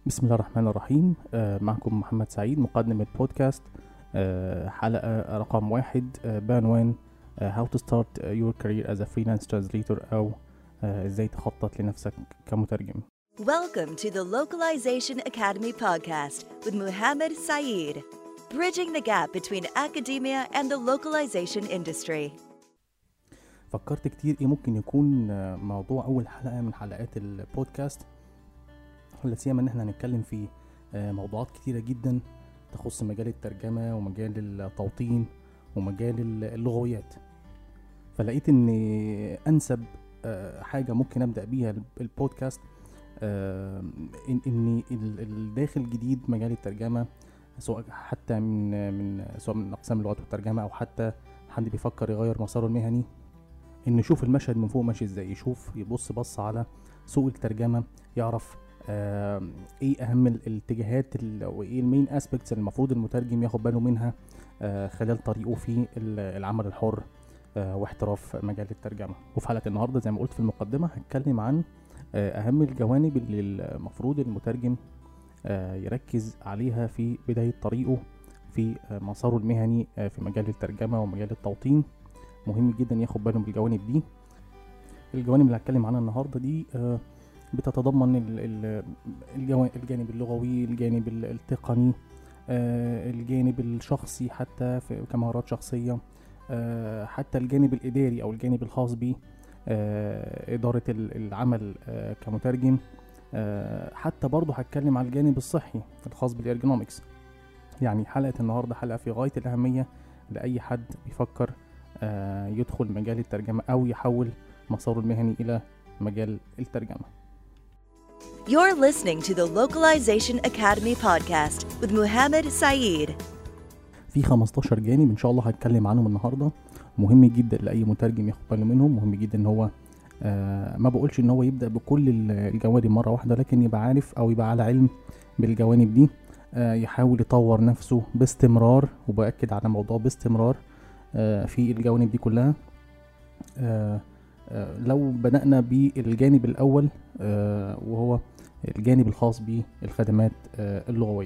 بسم الله الرحمن الرحيم. معكم محمد سعيد مقدم البودكاست. حلقة رقم 1 بعنوان How to start your career as a freelance translator أو ازاي تخطط لنفسك كمترجم. Welcome to the Localization Academy podcast with Mohammed Saeed, bridging the gap between academia and the localization industry. فكرت كتير ايه ممكن يكون موضوع أول حلقة من حلقات البودكاست، ولا سيما ان احنا هنتكلم في موضوعات كتيرة جدا تخص مجال الترجمة ومجال التوطين ومجال اللغويات. فلقيت ان انسب حاجة ممكن ابدأ بيها البودكاست ان الداخل جديد مجال الترجمة، سواء حتى من اقسام اللغات والترجمة او حتى حد بيفكر يغير مساره المهني، ان يشوف المشهد من فوق ماشي ازاي، يبص على سوق الترجمة، يعرف ايه اهم الاتجاهات وايه المين اسبكتس المفروض المترجم ياخد باله منها خلال طريقه في العمل الحر واحتراف مجال الترجمة. وفي حلقة النهاردة زي ما قلت في المقدمة هتكلم عن اهم الجوانب اللي المفروض المترجم يركز عليها في بداية طريقه في مساره المهني في مجال الترجمة ومجال التوطين. مهم جدا ياخد باله بالجوانب دي. الجوانب اللي هتكلم عنها النهاردة دي بتتضمن الجانب اللغوي، الجانب التقني، الجانب الشخصي حتى في كمهارات شخصية، حتى الجانب الإداري أو الجانب الخاص بإدارة العمل كمترجم، حتى برضو هتكلم على الجانب الصحي الخاص بالإرجونومكس. يعني حلقة النهاردة حلقة في غاية الأهمية لأي حد بيفكر يدخل مجال الترجمة أو يحول مساره المهني إلى مجال الترجمة. You're listening to the Localization Academy podcast with Mohammed Saeed. في 15 جانب ان شاء الله هتكلم عنهم النهارده، مهم جدا لاي مترجم ياخد باله منهم. مهم جدا ان هو ما بقولش ان هو يبدا بكل الجوانب مره واحده، لكن يبقى عارف او يبقى على علم بالجوانب دي، يحاول يطور نفسه باستمرار، وباكد على موضوع باستمرار في الجوانب دي كلها. لو بدأنا بالجانب الأول وهو الجانب الخاص بالخدمات اللغوية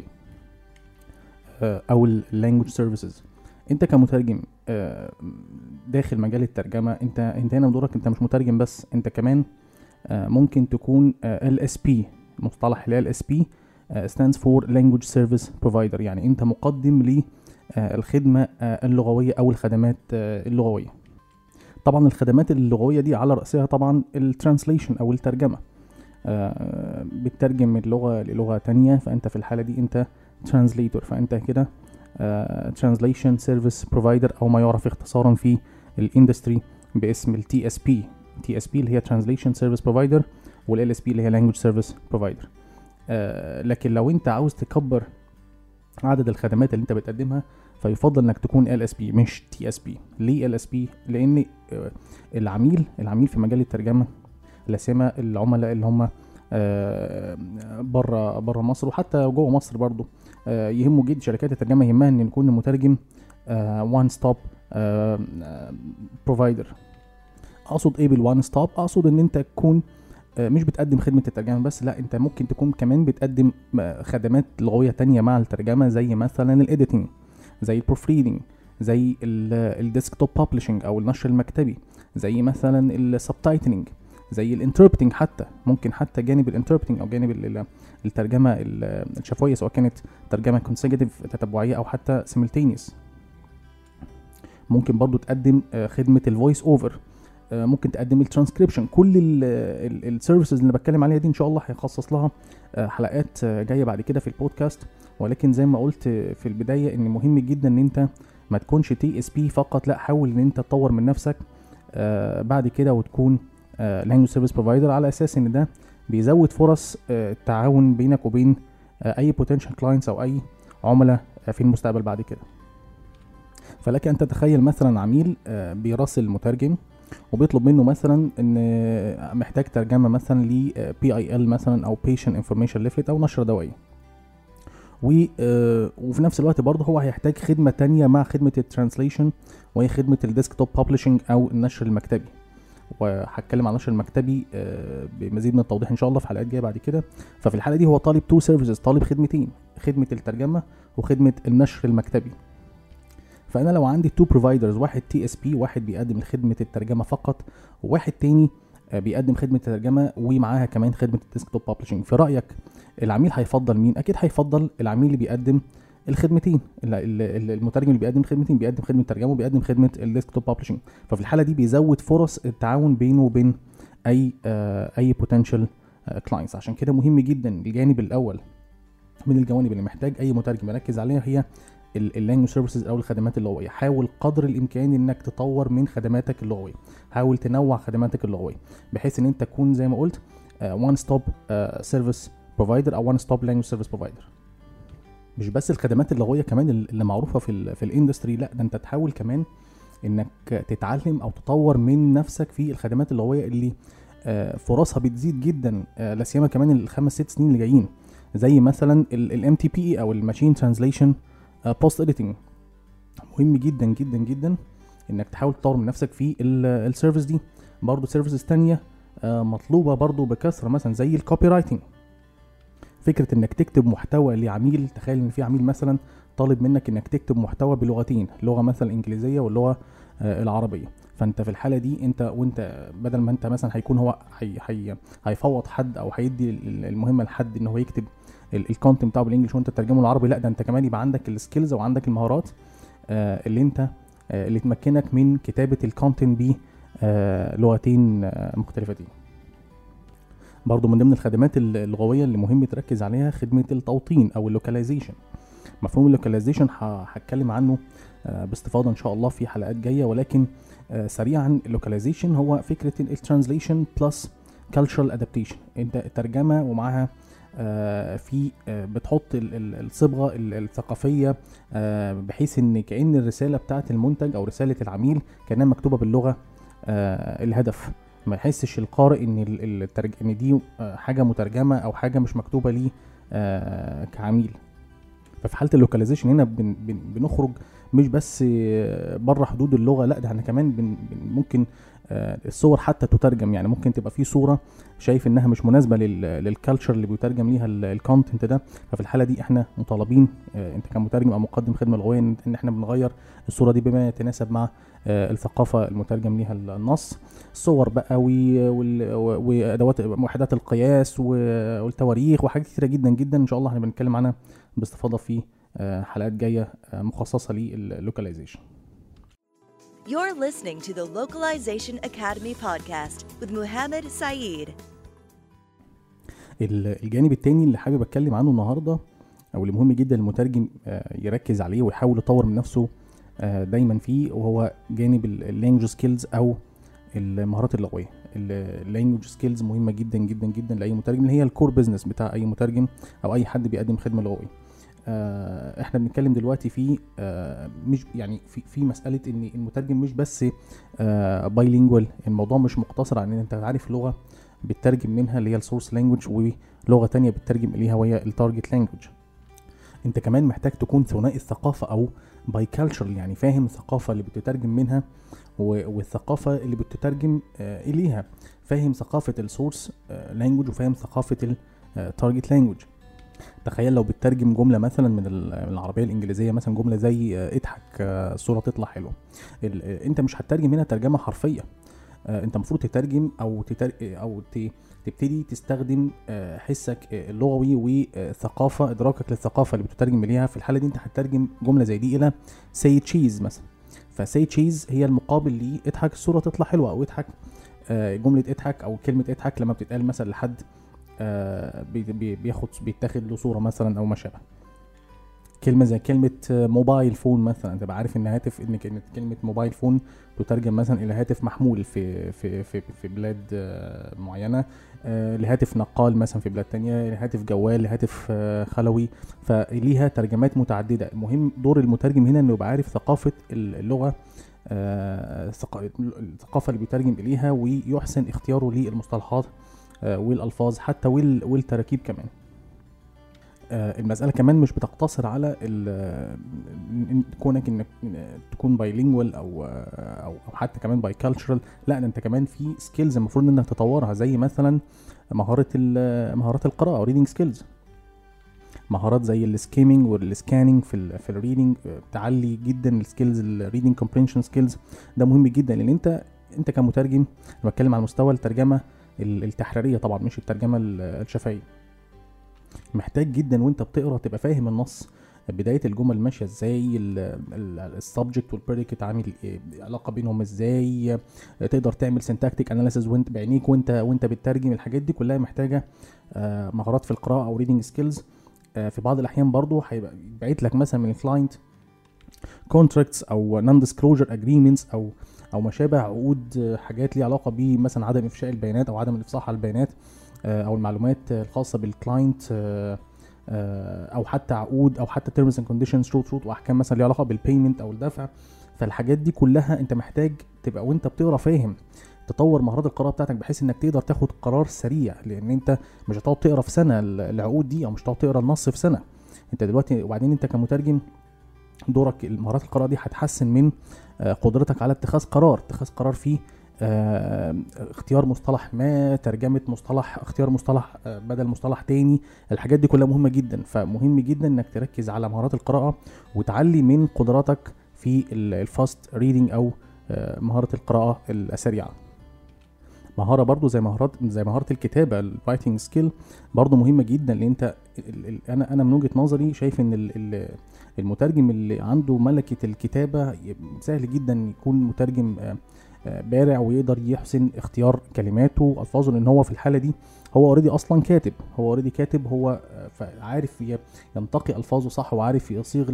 أو language services. أنت كمترجم داخل مجال الترجمة، أنت هنا بدورك أنت مش مترجم بس، أنت كمان ممكن تكون LSP. مصطلح LSP stands for Language Service Provider، يعني أنت مقدم للخدمة اللغوية أو الخدمات اللغوية. طبعا الخدمات اللغوية دي على رأسها طبعا الترانسليشن أو الترجمة، بتترجم اللغة للغة تانية، فأنت في الحالة دي أنت ترانسليتور، فأنت كده ترانسليشن سيرفيس بروفايدر، أو ما يعرف اختصارا في الاندستري باسم ال TSP اللي هي ترانسليشن سيرفيس بروفايدر، وال LSP اللي هي لانجويج سيرفيس بروفايدر. لكن لو أنت عاوز تكبر عدد الخدمات اللي أنت بتقدمها، فيفضل انك تكون LSP مش TSP. ليه LSP؟ لان العميل في مجال الترجمة، لا سيما العملاء اللي هم بره مصر وحتى جوه مصر برضو، يهموا جدا شركات الترجمة، يهمها ان يكون المترجم one stop provider. اقصد ايه بالone stop؟ اقصد ان انت تكون مش بتقدم خدمة الترجمة بس، لا انت ممكن تكون كمان بتقدم خدمات لغوية تانية مع الترجمة، زي مثلا الايديتنج، زي البروف ريدنج، زي الديسكتوب بابليشنج او النشر المكتبي، زي مثلا السبتايتلنج، زي الانتربريتنج. حتى ممكن حتى جانب الانتربريتنج او جانب الترجمه الشفويه، سواء كانت ترجمه كونسيكتيف تتبعيه او حتى سيملتينيوس. ممكن برضو تقدم خدمه الفويس اوفر، ممكن تقدم الترانسكريبشن. كل السيرفيسز اللي بتكلم عليها دي ان شاء الله هيخصص لها حلقات جايه بعد كده في البودكاست. ولكن زي ما قلت في البدايه ان مهم جدا ان انت ما تكونش TSP فقط، لا حاول ان انت تطور من نفسك بعد كده وتكون language service provider، على اساس ان ده بيزود فرص التعاون بينك وبين اي potential clients او اي عملاء في المستقبل بعد كده. فلك ان تتخيل مثلا عميل بيراسل المترجم وبيطلب منه مثلا ان محتاج ترجمة مثلا ل PIL مثلا او patient information leaflet او نشرة دوائية، وفي نفس الوقت برضه هو هيحتاج خدمة تانية مع خدمة الترانسليشن، وهي خدمة الديسكتوب بابليشنج او النشر المكتبي. وهتكلم عن النشر المكتبي بمزيد من التوضيح ان شاء الله في حلقات جايه بعد كده. ففي الحاله دي هو طالب 2 سيرفيسز، طالب خدمتين، خدمه الترجمه وخدمه النشر المكتبي. فانا لو عندي 2 بروفايدرز، واحد TSP، واحد بيقدم خدمه الترجمه فقط، وواحد تاني بيقدم خدمه الترجمه ومعاها كمان خدمه الديسكتوب بابلشنج، في رايك العميل هيفضل مين؟ اكيد هيفضل العميل اللي بيقدم الخدمتين، المترجم اللي بيقدم خدمتين، بيقدم خدمه ترجمه وبيقدم خدمه الديسكتوب بابلشنج. ففي الحاله دي بيزود فرص التعاون بينه وبين اي بوتنشال كلاينتس. عشان كده مهم جدا الجانب الاول من الجوانب اللي محتاج اي مترجم يركز عليها هي اللانجوج سيرفيسز او الخدمات اللغويه. حاول قدر الامكان انك تطور من خدماتك اللغويه، حاول تنوع خدماتك اللغويه بحيث ان انت تكون زي ما قلت وان ستوب سيرفيس بروفايدر او وان ستوب لانجوج سيرفيس بروفايدر. مش بس الخدمات اللغويه كمان اللي معروفه في الاندستري، لا ده انت تحاول كمان انك تتعلم او تطور من نفسك في الخدمات اللغويه اللي فرصها بتزيد جدا، لا سيما كمان ال5-6 سنين اللي جايين، زي مثلا الMTP او الماشين ترانزليشن بوست اديتنج. مهم جدا جدا جدا انك تحاول تطور من نفسك في السيرفيس دي. برضو سيرفيسز تانية مطلوبه برضو بكثره، مثلا زي الكوبي رايتنج. فكره انك تكتب محتوى لعميل، تخيل ان في عميل مثلا طالب منك انك تكتب محتوى بلغتين، لغه مثلا الانجليزيه واللغه العربيه. فانت في الحاله دي وانت بدل ما انت مثلا هيكون هو هيفوض حد او هيدي المهمه لحد ان هو يكتب الكونتنت بتاعه بالانجلش وانت تترجمه العربي، لا ده انت كمان يبقى عندك السكيلز وعندك المهارات اللي تمكنك من كتابه الكونتنت بلغتين مختلفتين. برضو من ضمن الخدمات اللغويه اللي مهم تركز عليها خدمه التوطين او اللوكاليزيشن. مفهوم اللوكاليزيشن هتكلم عنه باستفاضه ان شاء الله في حلقات جايه، ولكن سريعا اللوكاليزيشن هو فكره الترانزليشن بلس كالتشرال ادابتيشن. انت الترجمه ومعها في بتحط الصبغه الثقافيه بحيث ان كأن الرساله بتاعه المنتج او رساله العميل كانها مكتوبه باللغه الهدف، ما يحسش القارئ ان دي حاجه مترجمه او حاجه مش مكتوبه ليه كعميل. ففي حاله اللوكاليزيشن هنا بنخرج مش بس بره حدود اللغه، لا ده احنا كمان ممكن الصور حتى تترجم. يعني ممكن تبقى في صوره شايف انها مش مناسبه للكالتشر اللي بيترجم ليها الكونتنت ده، ففي الحاله دي احنا مطالبين انت كمترجم او مقدم خدمه لغويه ان احنا بنغير الصوره دي بما يتناسب مع الثقافه المترجم ليها النص. الصور بقى وادوات وحدات القياس والتواريخ وحاجات كتيره جدا جدا ان شاء الله هنبقى نتكلم عنها باستفاضه في حلقات جايه مخصصه لللوكاليزيشن. You're listening to the Localization Academy podcast with Muhammad Saeed. الجانب التاني اللي حابب اتكلم عنه النهارده او اللي مهم جدا المترجم يركز عليه ويحاول يطور من نفسه دايما فيه، وهو جانب اللانجوج سكيلز او المهارات اللغويه. اللانجوج سكيلز مهمه جدا جدا جدا لاي مترجم، اللي هي الكور بزنس بتاع اي مترجم او اي حد بيقدم خدمه لغويه. احنا بنتكلم دلوقتي في مش يعني في مساله ان المترجم مش بس بايلينجوال. الموضوع مش مقتصر على ان انت عارف لغه بتترجم منها اللي هي السورس لانجوج ولغه تانية بتترجم اليها وهي التارجت لانجوج. انت كمان محتاج تكون ثنائي الثقافه او باي كالتشرال، يعني فاهم الثقافه اللي بتترجم منها والثقافه اللي بتترجم اليها، فاهم ثقافه السورس لانجوج وفاهم ثقافه التارجت لانجوج. تخيل لو بتترجم جمله مثلا من العربيه الانجليزيه، مثلا جمله زي اضحك الصوره تطلع حلوه، انت مش هتترجم هنا ترجمه حرفيه. انت المفروض تترجم او تبتدي تستخدم حسك اللغوي وثقافه ادراكك للثقافه اللي بتترجم اليها. في الحاله دي انت هتترجم جمله زي دي الى say cheese مثلا، فسي تشيز هي المقابل لي اضحك الصوره تطلع حلوه، او اضحك جمله اضحك او كلمه اضحك لما بتتقال مثلا لحد بيتاخد له صوره مثلا او ما شابه. كلمه زي كلمه موبايل فون مثلا، تبقى عارف ان هاتف، ان كلمه موبايل فون تترجم مثلا الى هاتف محمول في بلاد معينه، لهاتف نقال مثلا في بلاد تانية، لهاتف جوال، لهاتف خلوي، فليها ترجمات متعدده. المهم دور المترجم هنا انه يبقى عارف ثقافه اللغه، الثقافه اللي بيترجم اليها، ويحسن اختياره للمصطلحات والالفاظ حتى والتراكيب كمان. المسألة كمان مش بتقتصر على كونك انك تكون بايلينجوال او حتى كمان باي كالتشرال. لا، انت كمان في سكيلز المفروض انك تطورها، زي مثلا مهارات القراءة ريدنج سكيلز، مهارات زي السكيمينج والسكانينج في الريدنج، تعلي جدا السكيلز الريدنج كومبرينشن سكيلز. ده مهم جدا، لان انت كمترجم، انا بتكلم على مستوى الترجمة التحريرية طبعا، مش الترجمة الشفهية، محتاج جدا وانت بتقرا تبقى فاهم النص، بدايه الجمل ماشيه ازاي، السبجكت والبريديكت عامل ايه، علاقه بينهم ازاي، تقدر تعمل سينتاكتيك اناليسيز وانت بعينيك وانت بتترجم. الحاجات دي كلها محتاجه مهارات في القراءه او ريدنج سكيلز. في بعض الاحيان برضو هيبقى يبعت لك مثلا من الكلاينت كونتراكتس او نون ديسكلوجر اجريمنتس او ما شابه عقود، حاجات ليها علاقه بمثلا عدم افشاء البيانات او عدم الافصاح على البيانات او المعلومات الخاصه بالكلاينت، او حتى عقود او حتى تيرمز اند كونديشنز، شروط واحكام مثلا ليها علاقه بالبيمنت او الدفع. فالحاجات دي كلها انت محتاج تبقى وانت بتقرا فاهم، تطور مهارات القراءه بتاعتك بحيث انك تقدر تاخد قرار سريع، لان انت مش هتقعد تقرا في سنه العقود دي، او مش هتقعد تقرا النص في سنه. انت دلوقتي وبعدين انت كمترجم دورك مهارات القراءه دي هتحسن من قدرتك على اتخاذ قرار فيه اختيار مصطلح ما، ترجمة مصطلح، اختيار مصطلح بدل مصطلح تاني. الحاجات دي كلها مهمة جدا، فمهم جدا انك تركز على مهارات القراءة وتعلي من قدراتك في الفاست ريدنج او مهارة القراءة السريعة. مهارة برضو زي مهارة الكتابة، الرايتنج سكيل برضو مهمة جدا، لان انت انا من وجهة نظري شايف ان المترجم اللي عنده ملكة الكتابة سهل جدا يكون مترجم بارع ويقدر يحسن اختيار كلماته والفاظه، لان هو في الحاله دي هو اوريدي اصلا كاتب، هو عارف ينتقي الفاظه صح، وعارف يصيغ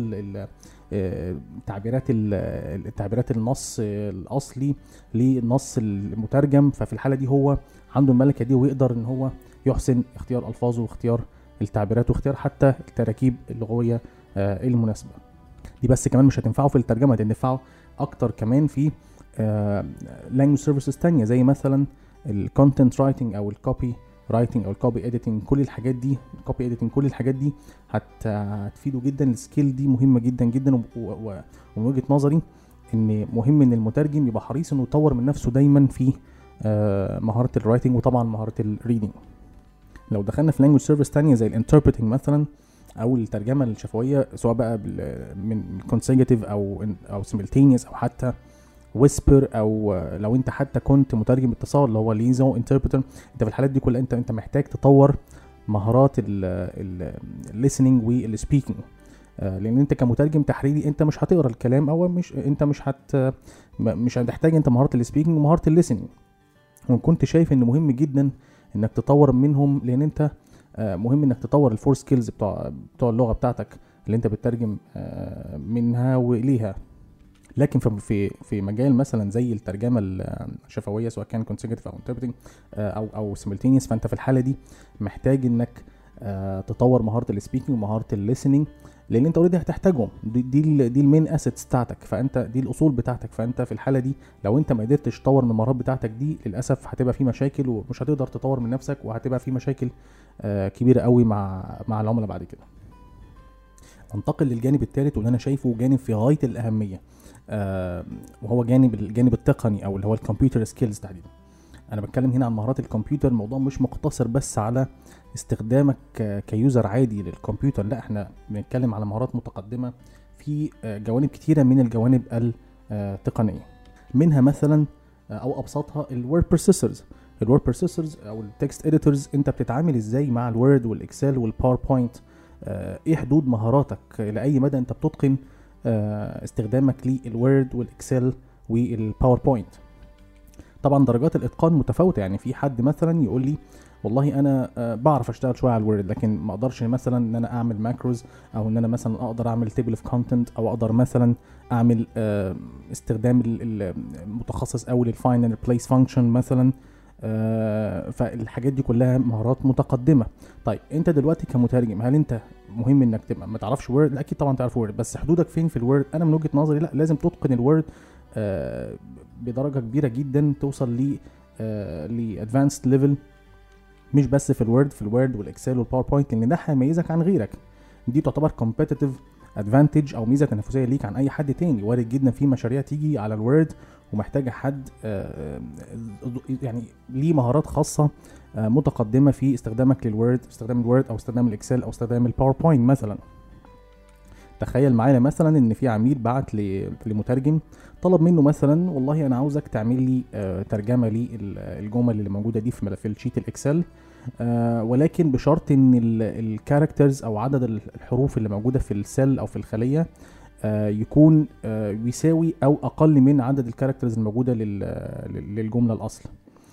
تعبيرات النص الاصلي للنص المترجم. ففي الحاله دي هو عنده الملكه دي، ويقدر ان هو يحسن اختيار الفاظه واختيار التعبيرات واختيار حتى التراكيب اللغويه المناسبه. دي بس كمان مش هتنفعه في الترجمه، هتنفعه اكتر كمان في language services تانية، زي مثلا الكونتنت رايتنج او الكوبي رايتنج او الكوبي اديتنج. كل الحاجات دي كوبي اديتنج، كل الحاجات دي هتفيده جدا. السكيل دي مهمه جدا جدا، ومن وجهه نظري ان مهم ان المترجم يبقى حريص انه يطور من نفسه دايما في مهاره الرايتنج وطبعا مهاره الريدنج. لو دخلنا في language service تانية زي الانتربريتنج مثلا او الترجمه الشفويه، سواء بقى من consecutive او simultaneous او حتى ويسبر، او لو انت حتى كنت مترجم اتصال اللي هو ليزو انتربريتر، انت في الحالات دي كلها انت محتاج تطور مهارات الليسننج والسبيكنج، لان انت كمترجم تحريري انت مش هتقرا الكلام، او مش هتحتاج انت مهاره السبيكنج ومهاره الليسننج. وكنت شايف ان مهم جدا انك تطور منهم، لان انت مهم انك تطور الفور سكيلز بتوع اللغه بتاعتك اللي انت بتترجم منها واليها. لكن في مجال مثلا زي الترجمه الشفويه، سواء كان consecutive او interpreting او simultaneous، فانت في الحاله دي محتاج انك تطور مهاره السبيكنج ومهاره الليسننج، لان انت اوريدي هتحتاجهم. دي المين اسيتس بتاعتك، فانت دي الاصول بتاعتك. فانت في الحاله دي لو انت ما قدرتش تطور من المهارات بتاعتك دي، للاسف هتبقى في مشاكل ومش هتقدر تطور من نفسك، وهتبقى في مشاكل كبيره قوي مع العملاء بعد كده. انتقل للجانب الثالث، واللي انا شايفه جانب في غايه الاهميه، وهو الجانب التقني، او اللي هو الكمبيوتر سكيلز تحديدا. انا بتكلم هنا عن مهارات الكمبيوتر. الموضوع مش مقتصر بس على استخدامك كيوزر عادي للكمبيوتر، لا، احنا بنتكلم على مهارات متقدمه في جوانب كتيره من الجوانب التقنيه. منها مثلا او ابسطها الوورد بروسيسورز او التكست اديتورز. انت بتتعامل ازاي مع الوورد والاكسل والباوربوينت؟ ايه حدود مهاراتك؟ لاي مدى انت بتتقن استخدامك للوورد والاكسل والباوربوينت؟ طبعا درجات الاتقان متفاوته، يعني في حد مثلا يقول لي والله انا بعرف اشتغل شويه على الوورد، لكن ما اقدرش مثلا ان انا اعمل ماكروز، او ان انا مثلا اقدر اعمل تيبل اوف كونتنت، او اقدر مثلا اعمل استخدام المتخصص قوي للفايند بليس فانكشن مثلا. فالحاجات دي كلها مهارات متقدمه. طيب انت دلوقتي كمترجم، هل انت مهم انك تبقى ما تعرفش وورد؟ لا، اكيد طبعا تعرف وورد، بس حدودك فين في الوورد؟ انا من وجهه نظري لا، لازم تتقن الوورد بدرجه كبيره جدا، توصل ل ادفانسد ليفل مش بس في الوورد والاكسل والباوربوينت، لان ده هيميزك عن غيرك. دي تعتبر competitive advantage او ميزه تنافسيه ليك عن اي حد تاني. وارد جدا في مشاريع تيجي على الوورد ومحتاجه حد يعني ليه مهارات خاصه متقدمه في استخدامك للوورد، استخدام الوورد او استخدام الاكسل او استخدام الباوربوينت مثلا. تخيل معايا مثلا ان في عميل بعت لمترجم طلب منه مثلا والله انا عاوزك تعمل لي ترجمه للجمل اللي موجوده دي في الشيت الاكسل، ولكن بشرط ان الكاركترز او عدد الحروف اللي موجوده في السيل او في الخليه يكون يساوي او اقل من عدد الكاركترز الموجوده للجمله الاصل.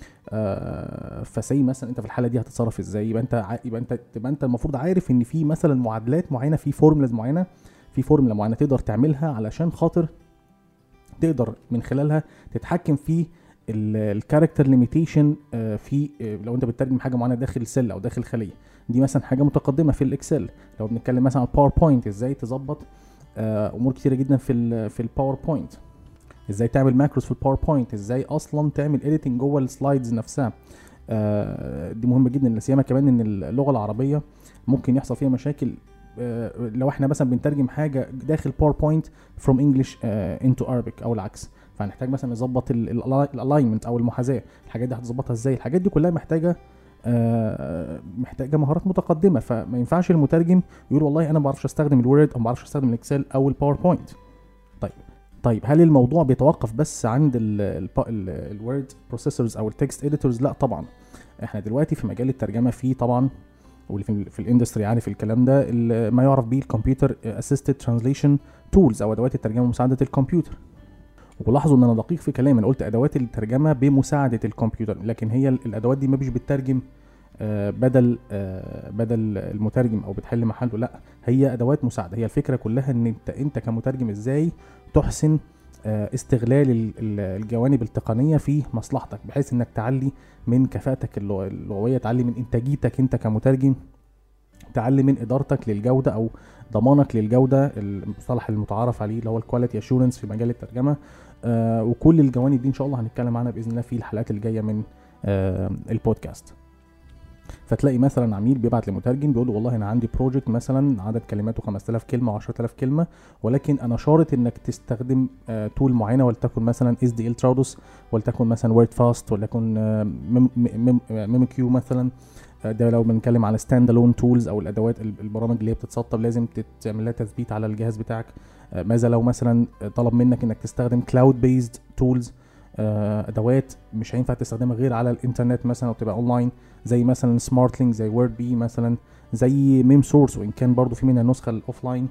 فسي مثلا انت في الحاله دي هتتصرف ازاي؟ يبقى انت المفروض عارف ان في مثلا معادلات معينه، في فورمولا معينه تقدر تعملها علشان خاطر تقدر من خلالها تتحكم في الكاركتر ليميتيشن في لو انت بتترجم حاجه معينه داخل سيل او داخل خليه. دي مثلا حاجه متقدمه في الاكسل. لو بنتكلم مثلا عن الباوربوينت، ازاي تظبط امور كتيره جدا في الباوربوينت، ازاي تعمل ماكروس في الباوربوينت، ازاي اصلا تعمل اديتنج جوه السلايدز نفسها. دي مهمه جدا، لسيما كمان ان اللغه العربيه ممكن يحصل فيها مشاكل لو احنا مثلا بنترجم حاجه داخل باوربوينت from English into Arabic او العكس، فهنحتاج مثلا نظبط الالاينمنت او المحاذاه. الحاجات دي هتظبطها ازاي؟ الحاجات دي كلها محتاجه مهارات متقدمه. فما ينفعش المترجم يقول والله انا ما بعرفش استخدم الوورد او ما بعرفش استخدم الاكسل او الباوربوينت. طيب هل الموضوع بيتوقف بس عند الوورد بروسيسورز او التكست اديتورز؟ لا طبعا. احنا دلوقتي في مجال الترجمه في طبعا، واللي في الاندستري يعني في الكلام ده، ما يعرف بيه الكمبيوتر اسيستد ترانزليشن تولز او ادوات الترجمه بمساعده الكمبيوتر. ولاحظوا ان انا دقيق في كلامي، انا قلت ادوات الترجمه بمساعده الكمبيوتر، لكن هي الادوات دي ما مش بتترجم بدل المترجم او بتحل محله، لا هي ادوات مساعده. هي الفكره كلها ان انت كمترجم ازاي تحسن استغلال الجوانب التقنيه في مصلحتك، بحيث انك تعلي من كفاءتك اللغويه، تعلي من انتاجيتك انت كمترجم، تعلي من ادارتك للجوده او ضمانك للجوده، المصطلح المتعارف عليه اللي هو الكواليتي اشورنس في مجال الترجمه. وكل الجوانب دي ان شاء الله هنتكلم عنها باذن الله في الحلقات الجايه من البودكاست. فتلاقي مثلا عميل بيبعت لمترجم بيقول له والله انا عندي بروجكت مثلا عدد كلماته 5000 كلمه و10000 كلمه، ولكن انا شارط انك تستخدم تول معينه، ولتكن مثلا SDL ترادوس، ولتكن مثلا وورد فاست، ولتكن ميمكيو مثلا. ده لو بنتكلم على ستاند الون تولز او الادوات البرامج اللي هي بتتسطب لازم تعمل لها تثبيت على الجهاز بتاعك. ماذا لو مثلا طلب منك انك تستخدم كلاود بيزد تولز، ادوات مش هينفع تستخدمها غير على الانترنت مثلا او تبقى اونلاين، زي مثلا سمارت لينك، زي وورد بي مثلا، زي ميم سورس، وان كان برضو في منها النسخه الاوفلاين.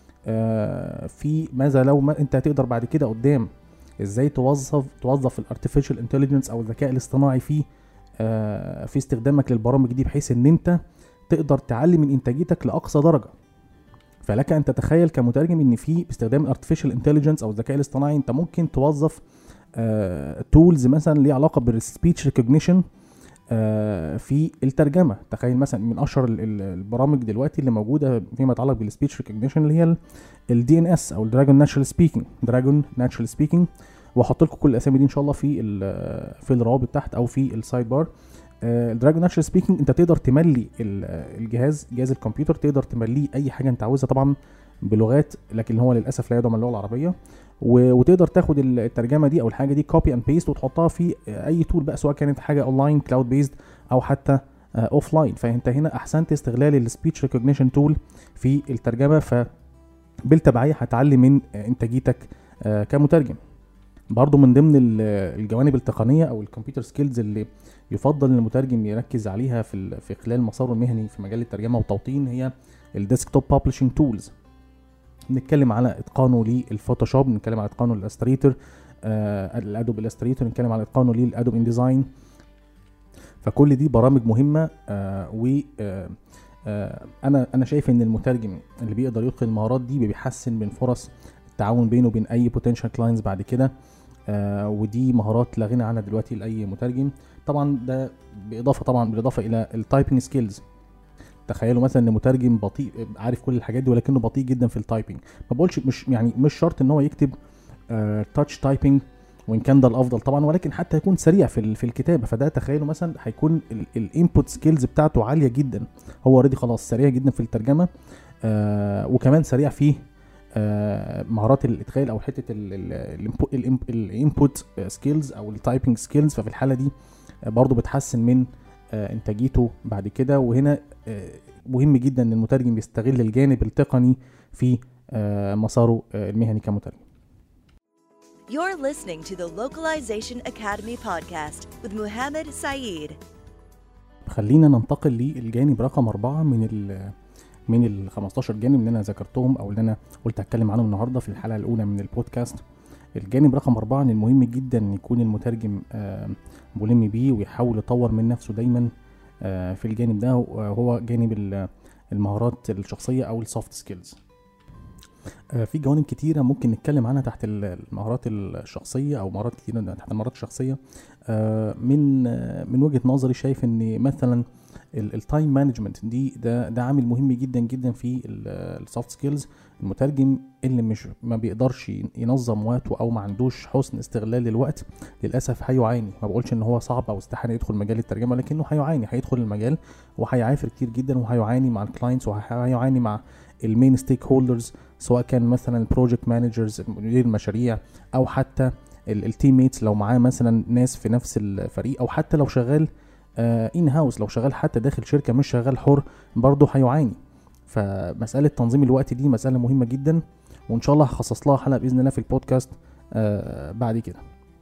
في ماذا لو انت هتقدر بعد كده قدام ازاي توظف الارتفيشال انتليجنس او الذكاء الاصطناعي في استخدامك للبرامج دي، بحيث ان انت تقدر تعلي من انتاجيتك لاقصى درجه. فلك ان تتخيل كمترجم ان في باستخدام الارتفيشال انتليجنس او الذكاء الاصطناعي انت ممكن توظف تولز مثلا ليه علاقه بالسبيتش ريكوجنيشن في الترجمه. تخيل مثلا من اشهر البرامج دلوقتي اللي موجوده فيما يتعلق بالسبيتش ريكوجنيشن اللي هي الDNS او الدراجون ناتشرال سبيكينج، وهحط لكم كل الاسامي دي ان شاء الله في الروابط تحت او في السايد بار. الدراجون ناتشرال سبيكينج انت تقدر تملي جهاز الكمبيوتر، تقدر تمليه اي حاجه انت عاوزها طبعا بلغات، لكن هو للاسف لا يدعم اللغه العربيه، وتقدر تاخد الترجمه دي او الحاجه دي كوبي اند بيست وتحطها في اي تول بقى، سواء كانت حاجه اونلاين كلاود بيست او حتى اوفلاين. فانت هنا احسنت استغلال السبيتش ريكوجنيشن تول في الترجمه، فبالتبعيه هتعلي من انتاجيتك كمترجم. برضو من ضمن الجوانب التقنيه او الكمبيوتر سكيلز اللي يفضل ان المترجم يركز عليها في خلال مساره المهني في مجال الترجمه والتوطين هي الديسكتوب بابلشنج تولز. نتكلم على اتقانه للفوتوشوب، نتكلم على اتقانه للاستريتور، الادوب الاستريتور، نتكلم على اتقانه للادوب ان ديزاين. فكل دي برامج مهمه. و انا شايف ان المترجم اللي بيقدر يتقن المهارات دي بيحسن من فرص التعاون بينه وبين اي بوتنشال كلاينتس بعد كده. ودي مهارات لا غنى عنها دلوقتي لاي مترجم. طبعا ده بالاضافه الى التايبنج سكيلز. تخيلوا مثلا ان مترجم بطيء عارف كل الحاجات دي ولكنه بطيء جدا في التايبنج. ما بقولش مش شرط ان هو يكتب تاتش تايبنج وان كان ده الافضل طبعا، ولكن حتى يكون سريع في الكتابه. فده تخيلوا مثلا هيكون الانبوت سكيلز بتاعته عاليه جدا، هو اوريدي خلاص سريع جدا في الترجمه، وكمان سريع في مهارات الادخال او حته الانبوت سكيلز او التايبنج سكيلز. ففي الحاله دي برضو بتحسن من انتاجيته بعد كده. وهنا مهم جدا ان المترجم يستغل الجانب التقني في مساره المهني كمترجم. You're listening to the Localization Academy podcast with Mohammed Saeed. خلينا ننتقل للجانب رقم 4 من ال 15 جانب اللي انا ذكرتهم او اللي انا قلت اتكلم عنهم النهارده في الحلقه الاولى من البودكاست. الجانب رقم 4 ان المهم جدا ان يكون المترجم ملم بيه ويحاول يطور من نفسه دايما في الجانب ده، هو جانب المهارات الشخصيه او السوفت سكيلز. في جوانب كتيره ممكن نتكلم عنها تحت المهارات الشخصيه او مهارات كتيره تحت المهارات الشخصيه. من وجهه نظري شايف ان مثلا التايم مانجمنت ده عامل مهم جدا جدا في السوفت سكيلز. المترجم اللي ما بيقدرش ينظم وقته او ما عندوش حسن استغلال للوقت للاسف هيعاني. ما بقولش ان هو صعب او استحاله يدخل مجال الترجمه، لكنه هيعاني، هيدخل المجال وهيعافر كتير جدا، وهيعاني مع الكلاينتس وهيعاني مع المين ستيك هولدرز، سواء كان مثلا البروجكت مانجرز مدير المشاريع او حتى التيم ميتس لو معاه مثلا ناس في نفس الفريق، او حتى لو شغال ان هاوس، لو شغال حتى داخل شركه مش شغال حر برضه هيعاني. فمساله تنظيم الوقت دي مساله مهمه جدا، وان شاء الله هخصص لها حلقه باذن الله في البودكاست بعد كده.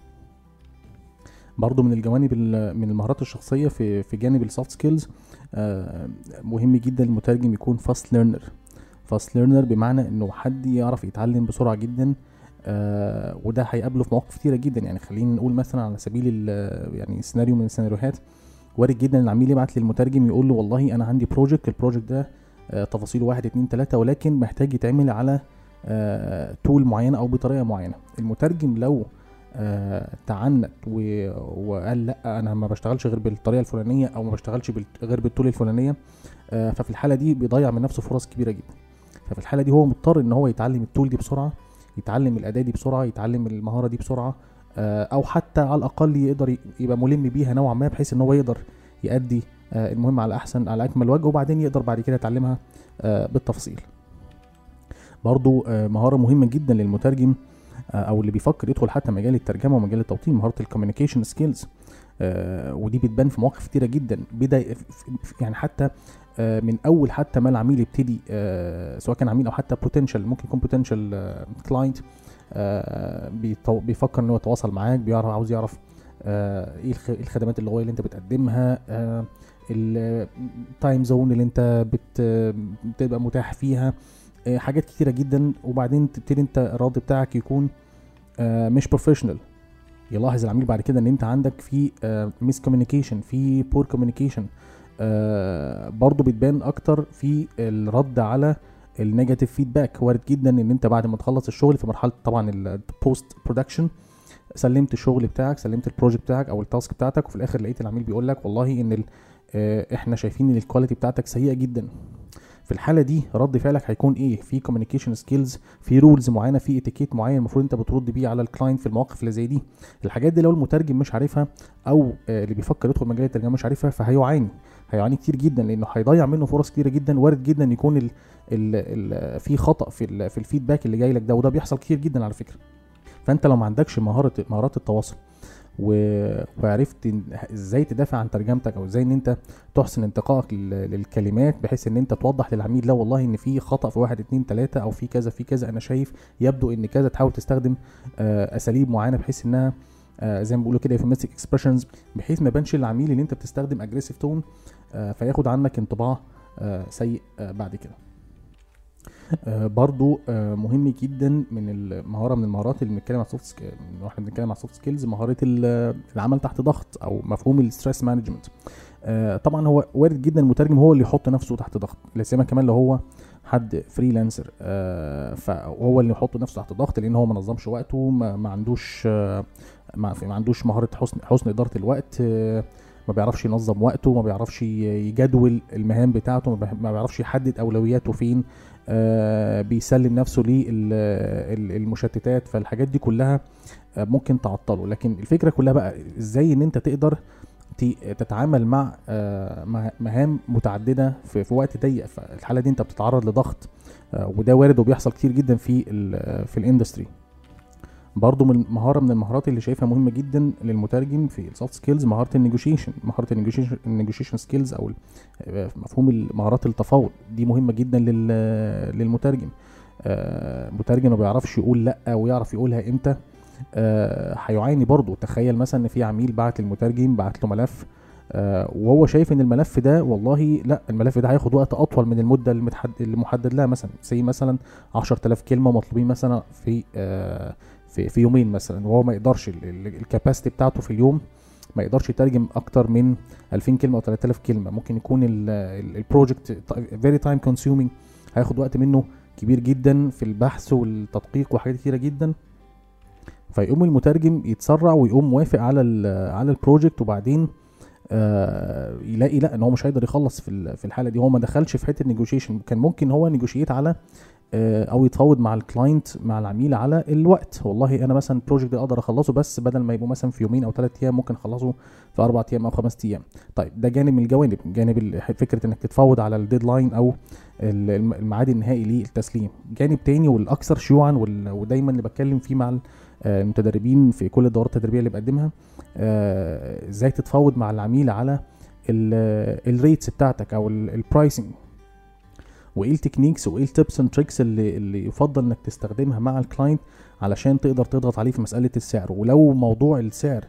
برضه من الجوانب من المهارات الشخصيه في جانب السوفت سكيلز مهم جدا المترجم يكون فاست ليرنر بمعنى انه حد يعرف يتعلم بسرعه جدا. وده هيقابله في مواقف كتيره جدا. يعني خلينا نقول مثلا على سبيل يعني سيناريو من السيناريوهات، وارد جدا العميل يبعت للمترجم يقول له والله انا عندي البروجكت ده تفاصيله 1 2 3 ولكن محتاج يتعمل على تول معينه او بطريقه معينه. المترجم لو تعنت وقال لا انا ما بشتغلش غير بالطريقه الفلانيه او ما بشتغلش غير بالتول الفلانيه، ففي الحاله دي بيضيع من نفسه فرص كبيره جدا. ففي الحاله دي هو مضطر ان هو يتعلم التول دي بسرعه، يتعلم الاداه دي بسرعه، يتعلم المهاره دي بسرعه، او حتى على الاقل يقدر يبقى ملم بيها نوعا ما، بحيث ان هو يقدر يؤدي المهم على اكمل وجه، وبعدين يقدر بعد كده يتعلمها بالتفصيل. برضو مهاره مهمه جدا للمترجم او اللي بيفكر يدخل حتى مجال الترجمه ومجال التوطين، مهاره الكوميونيكيشن سكيلز. ودي بتبان في مواقف كتيره جدا، يعني حتى من اول حتى ما العميل يبتدي، سواء كان عميل او حتى بوتنشال، ممكن يكون بوتنشال كلاينت بيفكر انه يتواصل معاك، عاوز يعرف ايه الخدمات اللغويه اللي انت بتقدمها، التايم زون اللي انت بتبقى متاح فيها، حاجات كتيره جدا. وبعدين تبتدي انت الرد بتاعك يكون مش بروفيشنال. يلاحظ العميل بعد كده ان انت عندك في ميس كوميونيكيشن، في بور كوميونيكيشن. برضو بتبان اكتر في الرد على النيجاتيف فيدباك. وارد جدا ان انت بعد ما تخلص الشغل في مرحله طبعا البوست برودكشن، سلمت الشغل بتاعك، سلمت البروجكت بتاعك او التاسك بتاعتك، وفي الاخر لقيت العميل بيقول لك والله ان احنا شايفين ان الكواليتي بتاعتك سيئه جدا. في الحاله دي رد فعلك هيكون ايه؟ في كوميونيكيشن سكيلز، في رولز معينه، في اتيكيت معين المفروض انت بترد بيه على الكلاينت في المواقف اللي زي دي. الحاجات دي لو المترجم مش عارفها او اللي بيفكر يدخل مجال الترجمه مش عارفها، هيعاني كتير جدا، لانه هيضيع منه فرص كتيره جدا. وارد جدا يكون في خطا في الفيدباك اللي جاي لك ده، وده بيحصل كتير جدا على فكره. فانت لو ما عندكش مهارات التواصل وعرفت ازاي تدافع عن ترجمتك، او ازاي ان انت تحسن انتقائك للكلمات بحيث ان انت توضح للعميل لا والله ان في خطأ في 1 2 3 او في كذا انا شايف يبدو ان كذا، تحاول تستخدم اساليب معينه بحيث انها زي ما بيقولوا كده euphemistic expressions، بحيث ما يبانش للعميل ان انت بتستخدم aggressive tone فياخد عنك انطباع سيء بعد كده. برضو مهم جدا من المهارات اللي بنتكلم على السوفت سكيلز، واحنا بنتكلم على السوفت سكيلز، مهاره العمل تحت ضغط او مفهوم الستريس مانجمنت. طبعا هو وارد جدا المترجم هو اللي يحط نفسه تحت ضغط، لسيما كمان لو هو حد فريلانسر، فهو اللي يحط نفسه تحت ضغط لان هو ما نظمش وقته، ما عندوش مهاره حسن اداره الوقت، ما بيعرفش ينظم وقته، ما بيعرفش يجدول المهام بتاعته، ما بيعرفش يحدد اولوياته فين، بيسلم نفسه للمشتتات. فالحاجات دي كلها ممكن تعطله. لكن الفكرة كلها بقى ازاي ان انت تقدر تتعامل مع مهام متعددة في وقت ضيق. فالحالة دي انت بتتعرض لضغط، وده وارد وبيحصل كتير جدا في الاندستري. برضو من المهارات اللي شايفها مهمة جدا للمترجم في السوفت سكيلز مهارة النيجوشيشن سكيلز، او مفهوم مهارات التفاوض. دي مهمة جدا للمترجم. المترجم ما بيعرفش يقول لا ويعرف يقولها امتى هيعاني برضو. تخيل مثلا ان في عميل بعت المترجم بعت له ملف وهو شايف ان الملف ده والله لا، الملف ده هياخد وقت اطول من المدة اللي محدد لها، مثلا 10,000 كلمة مطلوبين مثلا في يومين مثلا، وهو ما يقدرش الكاباسيتي بتاعته في اليوم ما يقدرش يترجم اكتر من 2000 كلمة او 3000 كلمة. ممكن يكون البروجكت very time consuming، هياخد وقت منه كبير جدا في البحث والتدقيق وحاجات كتيرة جدا. فيقوم المترجم يتسرع ويقوم موافق على البروجكت، وبعدين يلاقي لا ان هو مش هيقدر يخلص في الحالة دي. هو ما دخلش في حتة النيجوشيشن. كان ممكن هو نيجوشيت على او يتفاوض مع الكلاينت مع العميل على الوقت. والله انا مثلا البروجكت ده اقدر اخلصه، بس بدل ما يبقوا مثلا في يومين او 3 ايام ممكن اخلصه في 4 ايام او 5 ايام. طيب ده جانب من الجوانب، جانب فكره انك تتفاوض على الديدلاين او الميعاد النهائي للتسليم. جانب تاني والاكثر شيوعا ودايما اللي بتكلم فيه مع المتدربين في كل الدورات التدريبيه اللي بقدمها، ازاي تتفاوض مع العميل على الريتس بتاعتك او البرايسنج، وايه التكنيكس وايه التيبس اند تريكس اللي يفضل انك تستخدمها مع الكلاينت علشان تقدر تضغط عليه في مسألة السعر. ولو موضوع السعر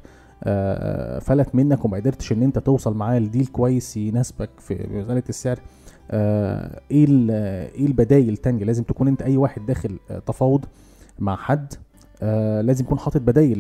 فلت منك وما قدرتش ان انت توصل معاه لديل كويس يناسبك في مسألة السعر، ايه البدايل التانية. لازم تكون انت اي واحد داخل تفاوض مع حد لازم يكون حاطط بدايل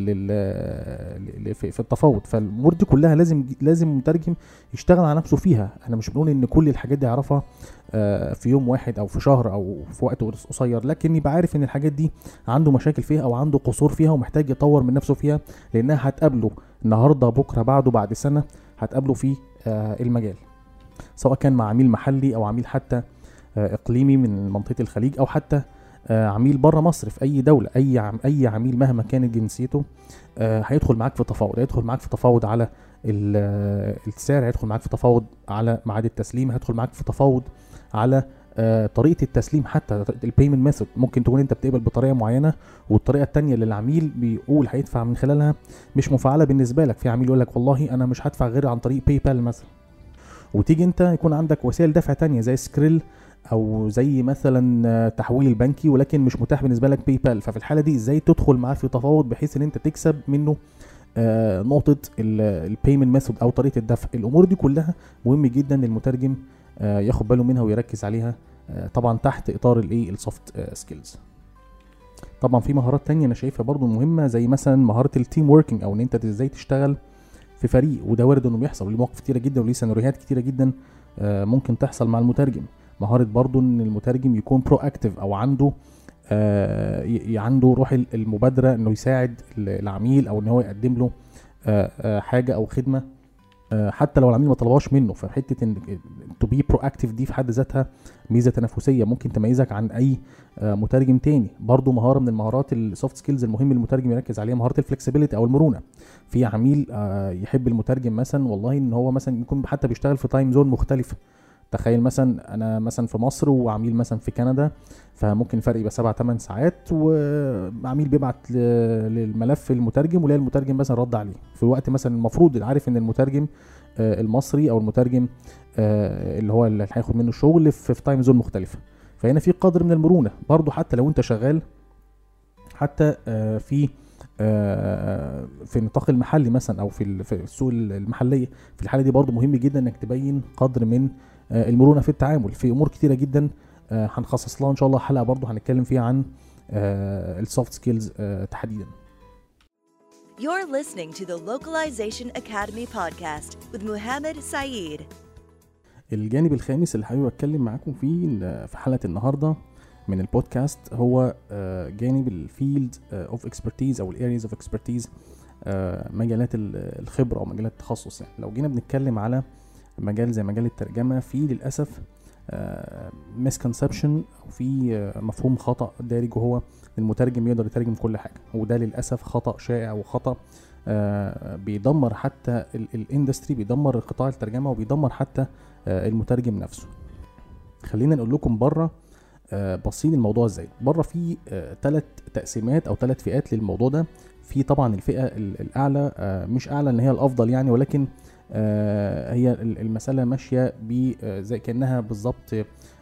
في التفاوض. فالامور دي كلها لازم المترجم يشتغل على نفسه فيها. احنا مش بنقول ان كل الحاجات دي يعرفها في يوم واحد او في شهر او في وقت قصير، لكن يبقى عارف ان الحاجات دي عنده مشاكل فيها او عنده قصور فيها ومحتاج يطور من نفسه فيها، لانها هتقابله النهارده بكره بعده بعد سنه، هتقابله في المجال، سواء كان مع عميل محلي او عميل حتى اقليمي من منطقه الخليج، او حتى عميل بره مصر في اي دوله. اي عميل مهما كانت جنسيته هيدخل معاك في تفاوض، هيدخل معاك في تفاوض على السعر، هيدخل معاك في تفاوض على ميعاد التسليم، هيدخل معاك في تفاوض على طريقه التسليم، حتى البيمنت ميثود. ممكن تكون انت بتقبل بطريقه معينه والطريقه الثانيه اللي العميل بيقول هيدفع من خلالها مش مفعله بالنسبه لك. في عميل يقول لك والله انا مش هدفع غير عن طريق باي بال مثلا، وتيجي انت يكون عندك وسائل دفع تانية زي سكريل او زي مثلا تحويل البنكي، ولكن مش متاح بالنسبه لك باي بال. ففي الحاله دي ازاي تدخل معاه في تفاوض بحيث ان انت تكسب منه نقطه البيمنت ميثود او طريقه الدفع. الامور دي كلها مهم جدا المترجم ياخد باله منها ويركز عليها، طبعا تحت اطار السوفت سكيلز. طبعا في مهارات تانية انا شايفها برضو مهمه، زي مثلا مهاره التيم ووركينج، او ان انت ازاي تشتغل في فريق. وده وارد انه بيحصل، وليه مواقف كتيره جدا وليه سيناريوهات كتيره جدا ممكن تحصل مع المترجم. مهاره برضو ان المترجم يكون برو اكتيف، او عنده روح المبادره، انه يساعد العميل او ان هو يقدم له حاجه او خدمه حتى لو العميل ما طلبهاش منه. فحته ان تو بي برو اكتيف دي في حد ذاتها ميزه تنافسيه ممكن تميزك عن اي مترجم تاني. برضو مهاره من المهارات السوفت سكيلز المهم المترجم يركز عليها، مهاره الفلكسبيليتي او المرونه. في عميل يحب المترجم مثلا والله ان هو مثلا يكون حتى بيشتغل في تايم زون مختلفه. تخيل مثلا انا مثلا في مصر وعميل مثلا في كندا، فممكن الفرق يبقى 7-8 ساعات، وعميل بيبعت للملف المترجم ولاقي المترجم مثلا رد عليه في وقت مثلا المفروض عارف ان المترجم المصري او المترجم اللي هو اللي هياخد منه الشغل في تايم زون مختلفه. فهنا في قدر من المرونه برضو، حتى لو انت شغال حتى في النطاق المحلي مثلا او في السوق المحليه. في الحاله دي برضو مهم جدا انك تبين قدر من المرونه في التعامل في امور كتيره جدا. هنخصص لها ان شاء الله حلقه برضو هنتكلم فيها عن السوفت سكيلز تحديدا. You're listening to the Localization Academy podcast with Mohammed Saeed. الجانب الخامس اللي حابب اتكلم معاكم فيه في حلقه النهارده من البودكاست هو جانب الفيلد اوف اكسبرتيز او الارياز اوف اكسبرتيز، مجالات الخبره او مجالات التخصص. يعني لو جينا بنتكلم على مجال زي مجال الترجمه، في للاسف مسكونسبشن او في مفهوم خطا دارج، وهو المترجم يقدر يترجم كل حاجه، وده للاسف خطا شائع وخطا بيدمر حتى الاندستري، بيدمر قطاع الترجمه وبيدمر حتى المترجم نفسه. خلينا نقول لكم بره بصين الموضوع ازاي. بره في 3 تقسيمات او 3 فئات للموضوع ده. في طبعا الفئه الاعلى، مش اعلى ان هي الافضل يعني، ولكن هي المساله ماشيه زي كانها بالظبط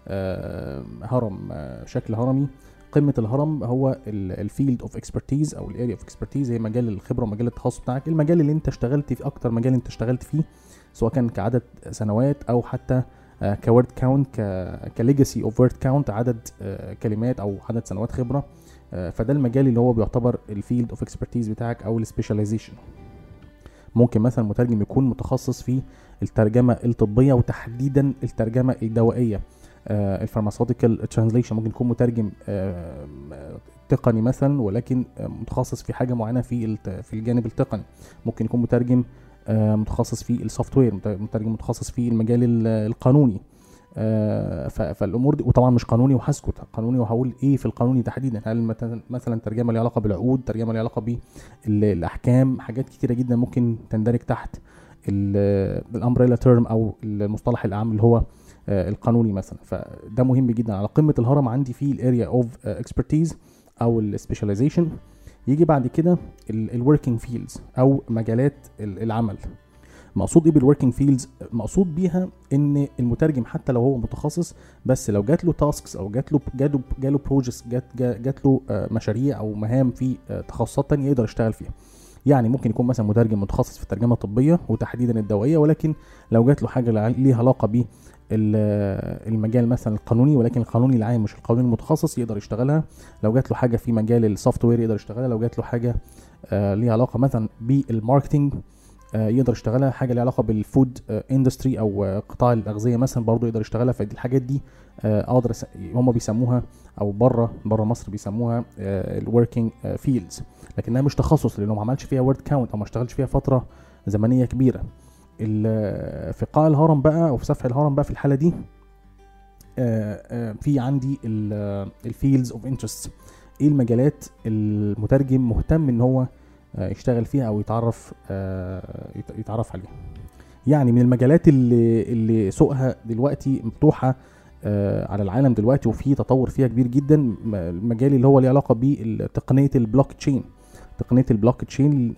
هرم، شكل هرمي. قمه الهرم هو الفيلد اوف اكسبرتيز او الاريا اوف اكسبرتيز، هي مجال الخبره ومجال التخصص بتاعك، المجال اللي انت اشتغلت فيه، اكتر مجال انت اشتغلت فيه، سواء كان كعدد سنوات او حتى كورد كاونت، كليجاسي اوف وورد كاونت، عدد كلمات او عدد سنوات خبره. فده المجال اللي هو بيعتبر الفيلد اوف اكسبرتيز بتاعك او السبيشاليزيشن. ممكن مثلا مترجم يكون متخصص في الترجمه الطبيه وتحديدا الترجمه الدوائيه، الفارماسيوتيكال ترانزليشن. ممكن يكون مترجم تقني مثلا ولكن متخصص في حاجه معينه في الجانب التقني. ممكن يكون مترجم متخصص في السوفت وير، مترجم متخصص في المجال القانوني. فالامور دي، وطبعا مش قانوني وهسكت، قانوني وهقول ايه في القانوني تحديدا، هل مثلا ترجمه ليها علاقه بالعقود، ترجمه ليها علاقه بالاحكام، حاجات كتيره جدا ممكن تندرج تحت الامبريلا تيرم او المصطلح العام اللي هو القانوني مثلا. فده مهم جدا. على قمه الهرم عندي في الاريا اوف اكسبرتيز او السبيشاليزيشن. يجي بعد كده الوركينج فيلدز او مجالات العمل. مقصود ايه بالوركينج فيلدز؟ مقصود بيها ان المترجم حتى لو هو متخصص، بس لو جات له تاسكس او جاله بروجكتس، جات له مشاريع او مهام في تخصصات تانية يقدر يشتغل فيها. يعني ممكن يكون مثلا مترجم متخصص في الترجمه الطبيه وتحديدا الدوائيه، ولكن لو جات له حاجه ليها علاقه ب المجال مثلا القانوني، ولكن القانوني العام مش القانوني المتخصص، يقدر يشتغلها. لو جات له حاجه في مجال السوفت وير يقدر يشتغلها. لو جات له حاجه ليها علاقه مثلا بالماركتنج يقدر يشتغلها. حاجه ليها علاقه بالفود اندستري او قطاع الاغذيه مثلا برضو يقدر يشتغلها. فدي الحاجات دي اقدر هم بيسموها او بره مصر بيسموها الوركينج فيلدز، لكنها مش تخصص لانه ما عملش فيها وورد كاونت او ما اشتغلش فيها فتره زمنيه كبيره. في قاع الهرم بقى او في سفح الهرم بقى في الحاله دي في عندي الفيلدز اوف انترست. ايه المجالات المترجم مهتم ان هو يشتغل فيها او يتعرف عليها. يعني من المجالات اللي سوقها دلوقتي مفتوحه على العالم دلوقتي وفي تطور فيها كبير جدا، المجال اللي هو له علاقه بتقنيه البلوك تشين. تقنيه البلوك تشين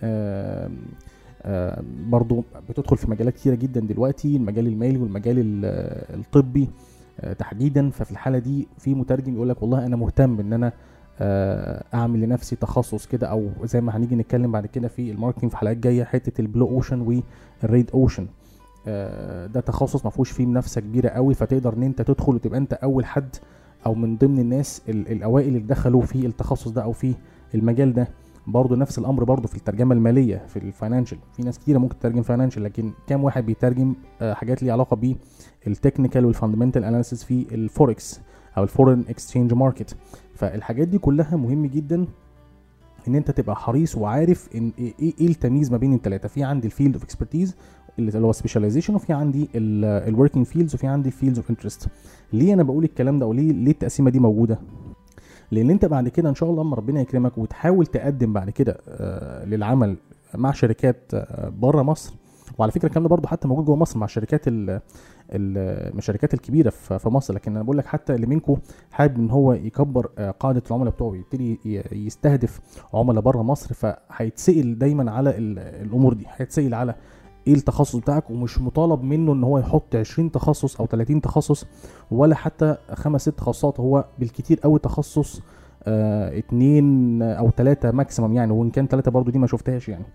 برضو بتدخل في مجالات كتيره جدا دلوقتي، المجال المالي والمجال الطبي تحديدا. ففي الحاله دي في مترجم يقول لك والله انا مهتم ان انا اعمل لنفسي تخصص كده، او زي ما هنيجي نتكلم بعد كده في الماركتنج في حلقات جايه، حته البلو اوشن والريد اوشن. ده تخصص ما فيهوش فيه منافسه كبيره قوي، فتقدر ان انت تدخل وتبقى انت اول حد او من ضمن الناس الاوائل اللي دخلوا في التخصص ده او في المجال ده. برضو نفس الامر برضو في الترجمه الماليه، في الفاينانشال. في ناس كتيره ممكن تترجم فاينانشال، لكن كام واحد بيترجم حاجات ليها علاقه بالتكنيكال والفاندمنتال اناليسيس في الفوركس او الفورين اكسشينج ماركت. فالحاجات دي كلها مهم جدا ان انت تبقى حريص وعارف ان ايه التمييز ما بين الثلاثه. في عندي الفيلد اوف اكسبرتيز اللي هو سبيشاليزيشن، وفي عندي الوركينج فيلدز، وفي عندي الفيلدز اوف انترست. ليه انا بقول الكلام ده وليه التقسيمه دي موجوده؟ لان انت بعد كده ان شاء الله اما ربنا يكرمك وتحاول تقدم بعد كده للعمل مع شركات بره مصر. وعلى فكره الكلام ده برضو حتى موجود جوه مصر مع الشركات الشركات الكبيره في مصر. لكن انا بقول لك حتى اللي منكم حابب ان هو يكبر قاعده العملاء بتوعه، يبتدي يستهدف عملاء بره مصر، فهيتسال دايما على الامور دي. هيتسال على ايه التخصص بتاعك، ومش مطالب منه ان هو يحط 20 تخصص او 30 تخصص ولا حتى 5-6 تخصصات. هو بالكتير قوي تخصص 2 أو 3 ماكسيمم يعني، وان كان 3 برضو دي ما شفتهاش يعني.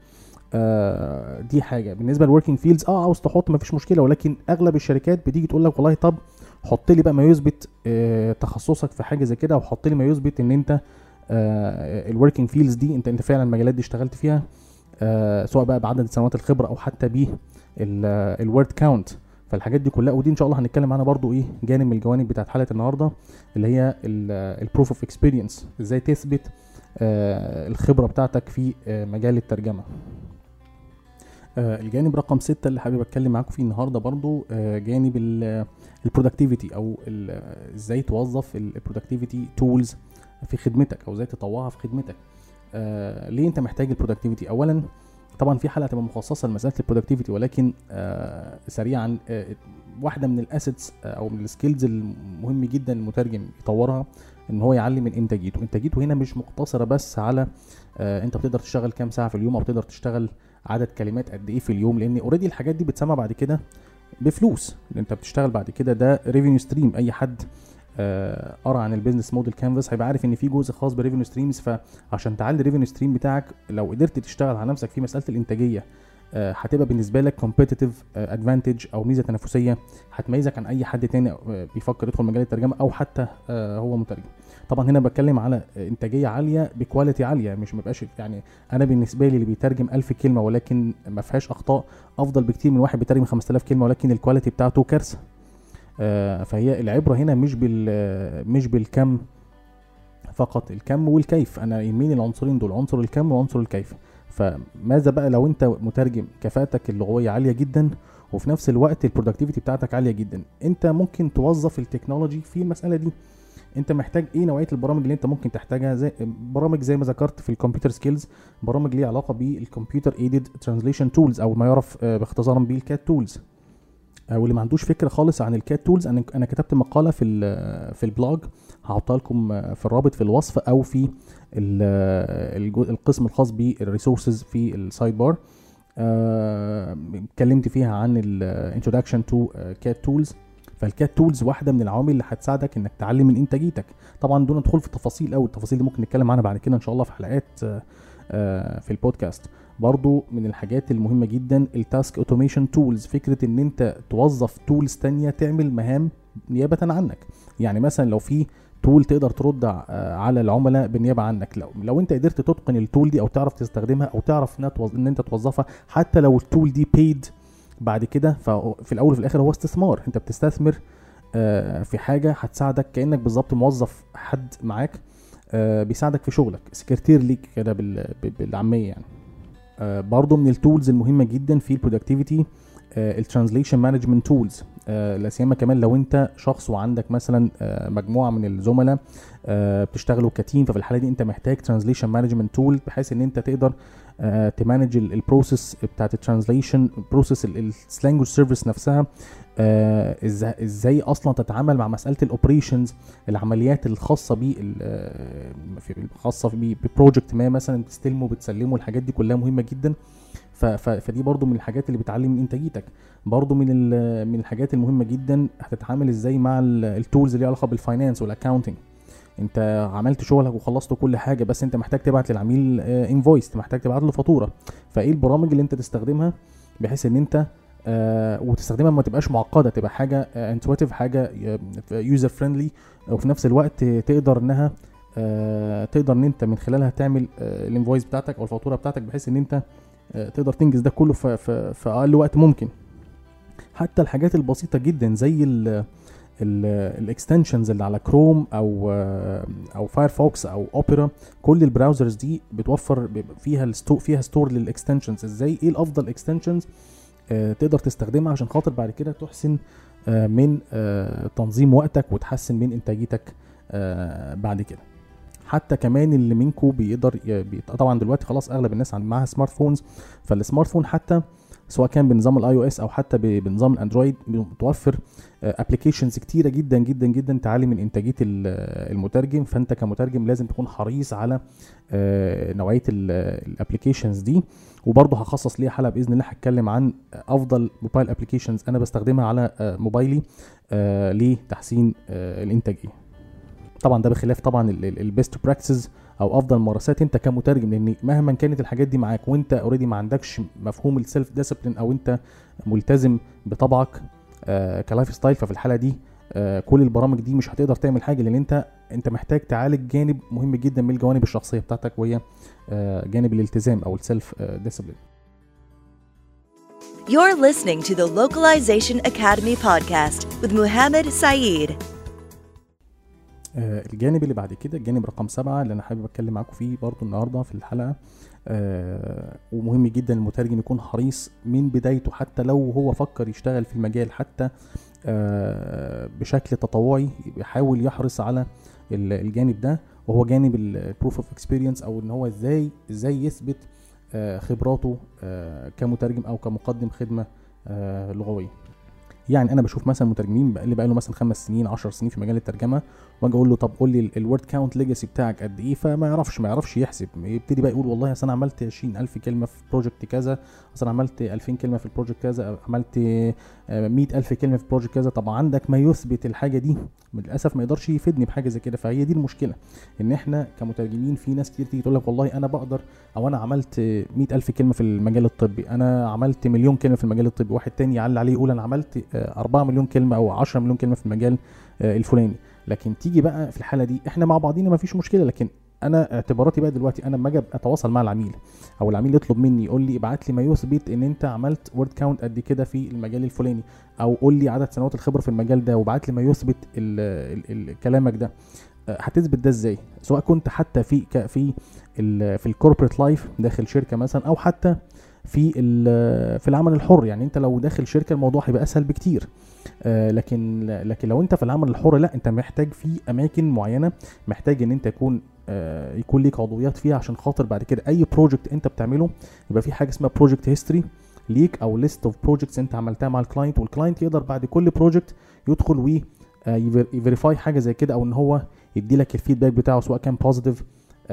دي حاجه بالنسبه للوركينج فيلدز. عاوز تحط ما فيش مشكله، ولكن اغلب الشركات بتيجي تقول لك والله طب حط لي بقى ما يثبت تخصصك في حاجه زي كده، وحط لي ما يثبت ان انت الوركينج فيلدز دي انت فعلا المجالات دي اشتغلت فيها، سواء بقى بعدد سنوات الخبره او حتى ب الورد كاونت. فالحاجات دي كلها، ودي ان شاء الله هنتكلم عنها برضو ايه جانب من الجوانب بتاعت حلقه النهارده، اللي هي البروف اوف اكسبيرينس، ازاي تثبت الخبره بتاعتك في مجال الترجمه. الجانب رقم 6 اللي حابب اتكلم معاكم فيه النهارده برضو جانب البرودكتيفيتي، او ازاي توظف البرودكتيفيتي تولز في خدمتك، او ازاي تطوعها في خدمتك. ليه انت محتاج البرودكتيفيتي؟ اولا طبعا في حلقه تبقى مخصصه لمساله البرودكتيفيتي، ولكن سريعا واحده من الاسيتس او من السكيلز المهم جدا المترجم يطورها ان هو يعلي من انتاجيته هنا مش مقتصره بس على انت بتقدر تشتغل كام ساعه في اليوم، او تقدر تشتغل عدد كلمات قد ايه في اليوم، لان اوريدي الحاجات دي بتسمى بعد كده بفلوس. انت بتشتغل بعد كده ده ريفينيو ستريم. اي حد قرا عن البيزنس موديل كانفاس هيبقى عارف ان في جزء خاص بريفينيو ستريمز. فعشان تعلي الريفينيو ستريم بتاعك لو قدرت تشتغل على نفسك في مساله الانتاجيه هتبقى بالنسبه لك كومبيتيتيف ادفانتج او ميزه تنافسيه هتميزك عن اي حد تاني بيفكر يدخل مجال الترجمه او حتى هو مترجم. طبعا هنا بتكلم على انتاجيه عاليه بكواليتي عاليه، مش مبقاش يعني انا بالنسبه لي اللي بيترجم 1000 كلمه ولكن ما فيهاش اخطاء افضل بكتير من واحد بيترجم 5000 كلمه ولكن الكواليتي بتاعته كارثه. فهي العبره هنا مش بالكم فقط، الكم والكيف. انا يهمني العنصرين دول، عنصر الكم وعنصر الكيف. فماذا بقى لو انت مترجم كفاءتك اللغويه عاليه جدا وفي نفس الوقت البرودكتيفيتي بتاعتك عاليه جدا؟ انت ممكن توظف التكنولوجي في المساله دي. انت محتاج ايه؟ نوعيه البرامج اللي انت ممكن تحتاجها زي برامج زي ما ذكرت في الكمبيوتر سكيلز، برامج ليها علاقه بالكمبيوتر ايدد ترانزليشن تولز او ما يعرف باختصارا بالكات تولز. واللي ما عندوش فكره خالص عن الكات تولز انا كتبت مقاله في البلوج هحطها لكم في الرابط في الوصف او في القسم الخاص بالريسورسز في السايد بار. اتكلمت فيها عن الانترودكشن تو كات تولز. فالكات تولز واحده من العوامل اللي هتساعدك انك تعلي من انتاجيتك، طبعا دون دخول في التفاصيل، او التفاصيل دي ممكن نتكلم عنها بعد كده ان شاء الله في حلقات في البودكاست. برضو من الحاجات المهمه جدا التاسك اوتوميشن تولز، فكره ان انت توظف تولز تانية تعمل مهام نيابه عنك. يعني مثلا لو في تول تقدر ترد على العملاء بالنيابه عنك، لو انت قدرت تتقن التول دي او تعرف تستخدمها او تعرف ان انت توظفها، حتى لو التول دي paid بعد كده، ففي الاول وفي الاخر هو استثمار. انت بتستثمر في حاجه هتساعدك، كانك بالظبط موظف حد معاك بيساعدك في شغلك، سكرتير ليك كده بالعاميه يعني. برضو من التولز المهمه جدا في البرودكتيفيتي الترانزليشن مانجمنت تولز، لا سيما كمان لو انت شخص وعندك مثلا مجموعه من الزملاء بتشتغلوا كتيم، ففي الحاله دي انت محتاج ترانزليشن مانجمنت تول بحيث ان انت تقدر تمانج البروسيس بتاعت الترانزليشن، بروسيس اللانجوج سيرفيس نفسها، ازاي اصلا تتعامل مع مساله الاوبريشنز، العمليات الخاصه خاصه ببروجكت ما مثلا بتستلمه بتسلمه. الحاجات دي كلها مهمه جدا. فدي برضو من الحاجات اللي بتعلي من انتاجيتك. برضو من الحاجات المهمه جدا هتتعامل ازاي مع التولز اللي علاقه بالفاينانس والاكاونتنج. انت عملت شغلك وخلصت كل حاجه، بس انت محتاج تبعت للعميل انفويس، محتاج تبعت له فاتوره. فايه البرامج اللي انت تستخدمها بحيث ان انت وتستخدمها ما تبقاش معقده، تبقى حاجه انتويتيف، حاجه يوزر فريندلي، وفي نفس الوقت تقدر ان انت من خلالها تعمل الانفويس بتاعتك او الفاتوره بتاعتك، بحيث ان انت تقدر تنجز ده كله في اقل وقت ممكن. حتى الحاجات البسيطه جدا زي الاكستنشنز اللي على كروم او فايرفوكس او اوبرا، كل البراوزرز دي بتوفر فيها ستور للاكستنشنز. ازاي ايه الافضل اكستنشنز تقدر تستخدمها عشان خاطر بعد كده تحسن من تنظيم وقتك وتحسن من انتاجيتك بعد كده. حتى كمان اللي منكم بيقدر طبعا دلوقتي خلاص اغلب الناس معاها سمارت فونز، فالسمارت فون حتى سواء كان بنظام الاي او اس او حتى بنظام الاندرويد بتوفر ابلكيشنز كتيره جدا جدا جدا تعلي من انتاجيه المترجم. فانت كمترجم لازم تكون حريص على نوعيه الابلكيشنز دي. وبرضه هخصص ليها حلقه باذن الله هتكلم عن افضل موبايل ابلكيشنز انا بستخدمها على موبايلي لتحسين الانتاجيه. طبعا ده بخلاف طبعا البيست براكتسز او افضل ممارسات انت كمترجم، لان مهما كانت الحاجات دي معاك وانت اوريدي ما عندكش مفهوم السيلف ديسيبلين او انت ملتزم بطبعك كلايف ستايل، ففي الحاله دي كل البرامج دي مش هتقدر تعمل حاجه، لان انت محتاج تعالج جانب مهم جدا من الجوانب الشخصيه بتاعتك، وهي جانب الالتزام او السيلف ديسيبلين. You're listening to the Localization Academy podcast with Mohammed Saeed. الجانب اللي بعد كده، الجانب رقم 7 اللي انا حابب اتكلم معاكم فيه برضو النهارده في الحلقه، ومهم جدا المترجم يكون حريص من بدايته، حتى لو هو فكر يشتغل في المجال حتى بشكل تطوعي، يحاول يحرص على الجانب ده، وهو جانب البروف اوف اكسبيرينس، او ان هو ازاي يثبت خبراته كمترجم او كمقدم خدمه لغويه. يعني انا بشوف مثلا مترجمين اللي بقى له مثلا 5 سنين 10 سنين في مجال الترجمه، واجي اقول له طب قول لي الورد كاونت ليجاسي بتاعك قد ايه، فما يعرفش يحسب، يبتدي بقى يقول والله اصل انا عملت 20000 كلمه في بروجكت كذا، اصل انا عملت 2000 كلمه في البروجكت كذا، عملت 100000 كلمه في البروجكت كذا. طبعا عندك ما يثبت الحاجه دي؟ للاسف ما يقدرش يفيدني بحاجه زي كده. فهي دي المشكله، ان احنا كمترجمين في ناس كتير تيجي تقول لك والله انا بقدر، او انا عملت 100000 كلمه في المجال الطبي، انا عملت مليون كلمه في المجال الطبي. واحد تاني يعلي عليه يقول انا عملت 4 مليون كلمه او 10 مليون كلمه في المجال الفلاني. لكن تيجي بقى في الحاله دي احنا مع بعضينا ما فيش مشكله، لكن انا اعتباراتي بقى دلوقتي، انا لما اجي اتواصل مع العميل، او العميل يطلب مني يقول لي ابعت لي ما يثبت ان انت عملت وورد كاونت قد كده في المجال الفلاني، او قول لي عدد سنوات الخبره في المجال ده، وابعت لي ما يثبت كلامك ده، هتثبت ده ازاي؟ سواء كنت حتى في الكوربريت لايف داخل شركه مثلا، او حتى في العمل الحر. يعني انت لو داخل شركه الموضوع هيبقى اسهل بكتير، لكن لو انت في العمل الحر، لا، انت محتاج في اماكن معينه، محتاج ان انت يكون ليك عضويات فيها، عشان خاطر بعد كده اي بروجكت انت بتعمله يبقى في حاجه اسمها بروجكت هيستوري ليك، او ليست اوف بروجكتس انت عملتها مع الكلاينت، والكلاينت يقدر بعد كل بروجكت يدخل ويفيريفاي حاجه زي كده، او ان هو يدي لك الفيدباك بتاعه، سواء كان بوزيتيف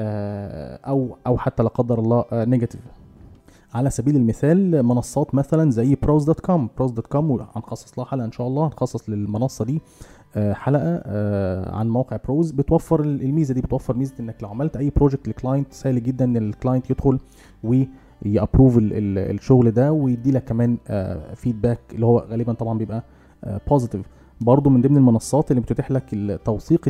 او حتى لا قدر الله نيجاتيف. على سبيل المثال منصات مثلا زي pros.com وهنخصص لها حلقه ان شاء الله، هنخصص للمنصه دي حلقه عن موقع بروز. بتوفر الميزه دي، بتوفر ميزه انك لو عملت اي بروجكت لكلاينت، سهل جدا ان الكلاينت يدخل ويابروف الشغل ده، ويدي لك كمان فيدباك اللي هو غالبا طبعا بيبقى بوزيتيف. برضو من ضمن المنصات اللي بتتيح لك توثيق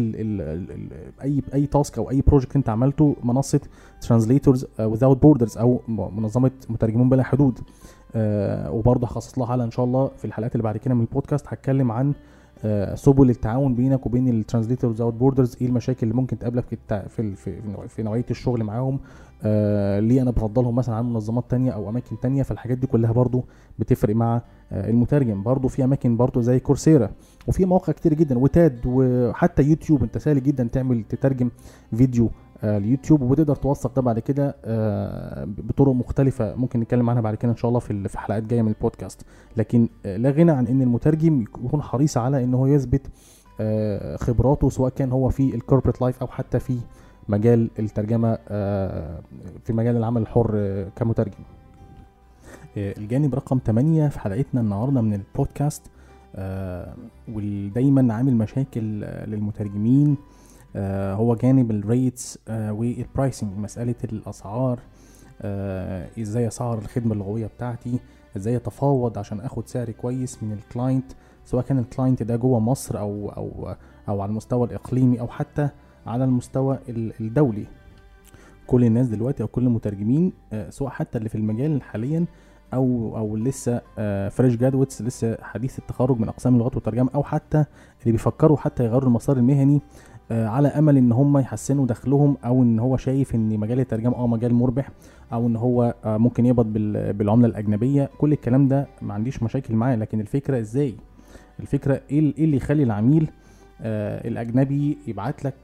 اي تاسك او اي بروجكت انت عملته، منصه Translators Without Borders، او منظمه مترجمون بلا حدود. وبرضه هخصص لها حلقه ان شاء الله في الحلقات اللي بعد كده من البودكاست، هتكلم عن سبل التعاون بينك وبين الترانزليتور Without Borders، ايه المشاكل اللي ممكن تقابلك في نوعيه الشغل معاهم، ليه انا بفضلهم مثلا عن منظمات تانية او اماكن تانية. فالحاجات دي كلها برضو بتفرق مع المترجم. برضو في اماكن برضو زي كورسيرا، وفي مواقع كتير جدا، وتاد، وحتى يوتيوب. انت سهل جدا تترجم فيديو اليوتيوب، وبتقدر توثق ده بعد كده بطرق مختلفة ممكن نتكلم عنها بعد كده ان شاء الله في حلقات جاية من البودكاست. لكن لا غنى عن ان المترجم يكون حريص على ان هو يثبت خبراته، سواء كان هو في الكوربريت لايف او حتى في مجال الترجمة، في مجال العمل الحر كمترجم. الجانب رقم 8 في حلقتنا النهاردة من البودكاست، ودايما عامل مشاكل للمترجمين، هو جانب الريتس والبرايسنج، مسألة الأسعار. ازاي اسعر الخدمة اللغوية بتاعتي، ازاي اتفاوض عشان اخد سعر كويس من الكلاينت، سواء كان الكلاينت ده جوه مصر او على المستوى الإقليمي، او حتى على المستوى الدولي. كل الناس دلوقتي او كل المترجمين، سواء حتى اللي في المجال حاليا او لسه فريش جرادويتس، لسه حديث التخرج من اقسام اللغات والترجمه، او حتى اللي بيفكروا حتى يغيروا المسار المهني على امل ان هم يحسنوا دخلهم، او ان هو شايف ان مجال الترجمه مجال مربح، او ان هو ممكن يقبض بالعمله الاجنبيه. كل الكلام ده ما عنديش مشاكل معاه، لكن الفكره ازاي، الفكره ايه اللي يخلي العميل الاجنبي يبعت لك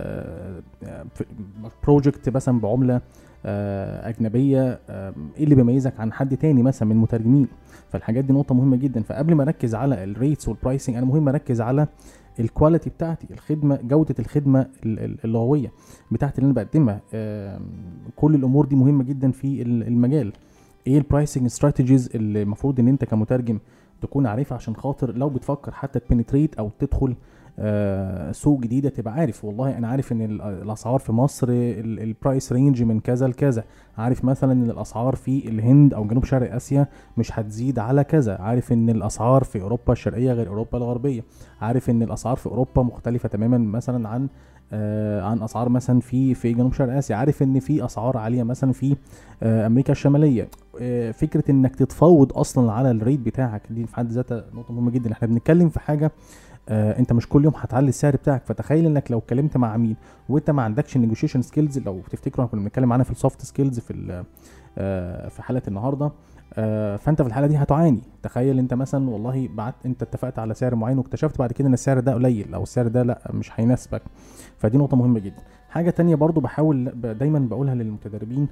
بروجكت مثلا بعمله اجنبيه، ايه اللي بيميزك عن حد تاني مثلا من المترجمين؟ فالحاجات دي نقطه مهمه جدا. فقبل ما اركز على الريتس والبرايسنج، انا مهم اركز على الكواليتي بتاعتي، الخدمه، جوده الخدمه اللغويه بتاعتي اللي انا بقدمها. كل الامور دي مهمه جدا في المجال. ايه البرايسنج استراتيجيز اللي المفروض ان انت كمترجم تكون عارفها، عشان خاطر لو بتفكر حتى تبنتريت او تدخل سوق جديدة، تبقى عارف والله انا عارف ان الاسعار في مصر البرايس رينج من كذا لكذا، عارف مثلا ان الاسعار في الهند او جنوب شرق اسيا مش هتزيد على كذا، عارف ان الاسعار في اوروبا الشرقية غير اوروبا الغربية، عارف ان الاسعار في اوروبا مختلفة تماما مثلا عن اسعار مثلا في جنوب شرق اسيا، عارف ان في اسعار عالية مثلا في امريكا الشمالية. فكرة انك تتفاوض اصلا على الريت بتاعك دي في حد ذاتها نقطة مهمة جدا. احنا بنتكلم في حاجة انت مش كل يوم هتعلي السعر بتاعك. فتخيل انك لو اتكلمت مع عميل وانت ما عندكش نيجوشيشن سكيلز، لو تفتكروا كنا بنتكلم عنها في السوفت سكيلز في حلقه النهارده، فانت في الحاله دي هتعاني. تخيل انت مثلا والله انت اتفقت على سعر معين واكتشفت بعد كده ان السعر ده قليل او السعر ده لا مش هيناسبك. فدي نقطه مهمه جدا. حاجه تانية برضو بحاول دايما بقولها للمتدربين،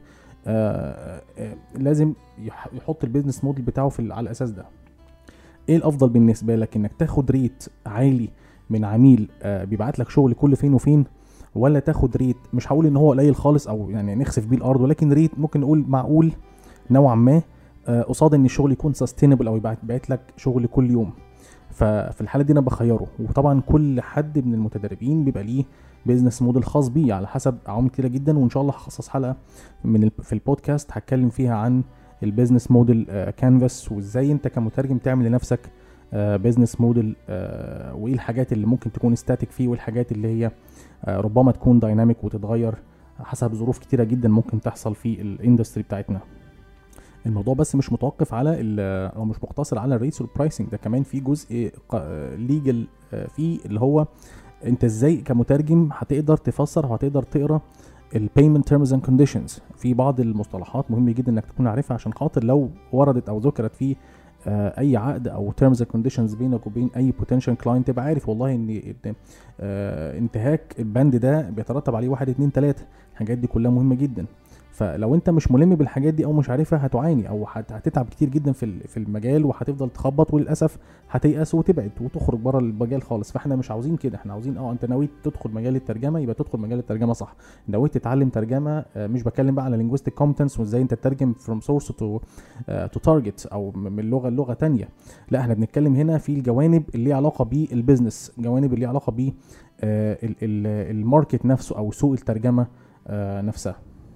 لازم يحط البيزنس موديل بتاعه على الاساس ده. ايه الافضل بالنسبه لك، انك تاخد ريت عالي من عميل بيبعت لك شغل كل فين وفين، ولا تاخد ريت مش هقول ان هو قليل خالص او يعني نخسف بيه الارض، ولكن ريت ممكن نقول معقول نوعا ما، قصاد ان الشغل يكون سستينبل او يبعت لك شغل كل يوم. ففي الحاله دي انا بخيره. وطبعا كل حد من المتدربين بيبقى ليه بيزنس موديل خاص بيه على حسب عوامل كتيره جدا، وان شاء الله هخصص حلقه في البودكاست هتكلم فيها عن البيزنس موديل كانفاس، وازاي انت كمترجم تعمل لنفسك بيزنس موديل، وايه الحاجات اللي ممكن تكون ستاتيك فيه، والحاجات اللي هي ربما تكون دايناميك وتتغير حسب ظروف كتيره جدا ممكن تحصل في الاندستري بتاعتنا. الموضوع بس مش متوقف على او مش مقتصر على الريتس والبرايسنج، ده كمان في جزء ليجل فيه، اللي هو انت ازاي كمترجم هتقدر تفسر وهتقدر تقرا البيمنت تيرمز اند كونديشنز. في بعض المصطلحات مهم جدا انك تكون عارفها، عشان خاطر لو وردت او ذكرت في اي عقد او تيرمز اند كونديشنز بينك وبين اي بوتنشال كلاينت، تبقى عارف والله ان انتهاك البند ده بيترتب عليه 1 2 3. الحاجات دي كلها مهمه جدا. فلو انت مش ملم بالحاجات دي او مش عارفها هتعاني او هتتعب كتير جدا في المجال، وهتفضل تخبط، وللاسف هتيأس وتبعد وتخرج بره المجال خالص. فاحنا مش عاوزين كده، احنا عاوزين انت نويت تدخل مجال الترجمه يبقى تدخل مجال الترجمه صح. نويت تتعلم ترجمه، مش بتكلم بقى على linguistic competence وازاي انت تترجم from source to target او من لغه لغه تانية. لا، احنا بنتكلم هنا في الجوانب اللي ليها علاقه بالبيزنس، جوانب اللي ليها علاقه ب الماركت نفسه او سوق الترجمه نفسها.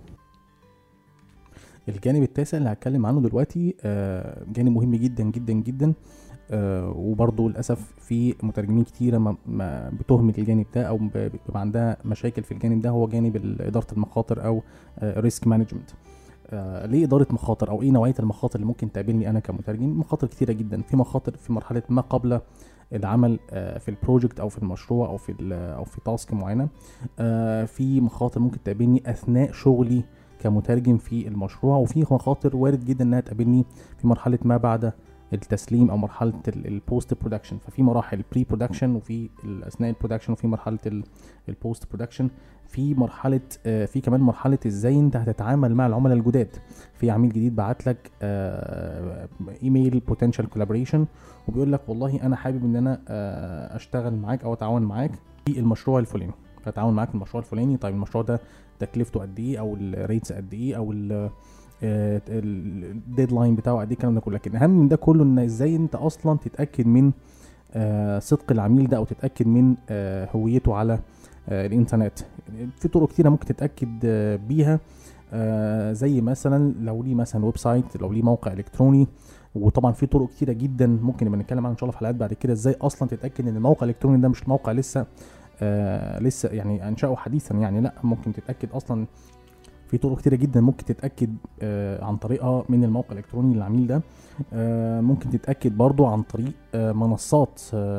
الجانب التاسع اللي هتكلم عنه دلوقتي جانب مهم جدا جدا جدا، وبرضه للأسف في مترجمين كتيرة ما بتهمل الجانب ده أو بيبقى عندها مشاكل في الجانب ده، هو جانب إدارة المخاطر أو ريسك مانجمنت. ليه إدارة مخاطر أو إيه نوعية المخاطر اللي ممكن تقابلني أنا كمترجم؟ مخاطر كتيرة جدا. في مخاطر في مرحلة ما قبل العمل في البروجكت أو في المشروع أو في تاسك معينة. في مخاطر ممكن تقابلني أثناء شغلي كمترجم في المشروع، وفي مخاطر وارد جدا انها تقابلني في مرحله ما بعد التسليم او مرحله البوست برودكشن. ففي مراحل بري برودكشن، وفي اثناء البرودكشن، وفي مرحله البوست برودكشن، في مرحله في كمان مرحله ازاي انت هتتعامل مع العملاء الجداد. في عميل جديد بعت لك ايميل بوتنشال كولابوريشن وبيقول لك والله انا حابب ان انا اشتغل معاك او اتعاون معاك في المشروع الفلاني، فتعاون معاك في المشروع الفلاني. طيب المشروع ده تكلفته قد ايه، او الريتس قد ايه، او الديدلاين بتاعه قد ايه، الكلام ده كله. لكن اهم من ده كله ان ازاي انت اصلا تتاكد من صدق العميل ده او تتاكد من هويته على الانترنت. في طرق كتيره ممكن تتاكد بيها، زي مثلا لو ليه مثلا ويب سايت، لو ليه موقع الكتروني. وطبعا في طرق كتيره جدا ممكن نبقى نتكلم عنها ان شاء الله في حلقات بعد كده، ازاي اصلا تتاكد ان الموقع الالكتروني ده مش موقع لسه يعني انشأه حديثا. يعني لا، ممكن تتاكد اصلا في طرق كتيره جدا ممكن تتاكد عن طريقها من الموقع الالكتروني للعميل ده. ممكن تتاكد برضو عن طريق منصات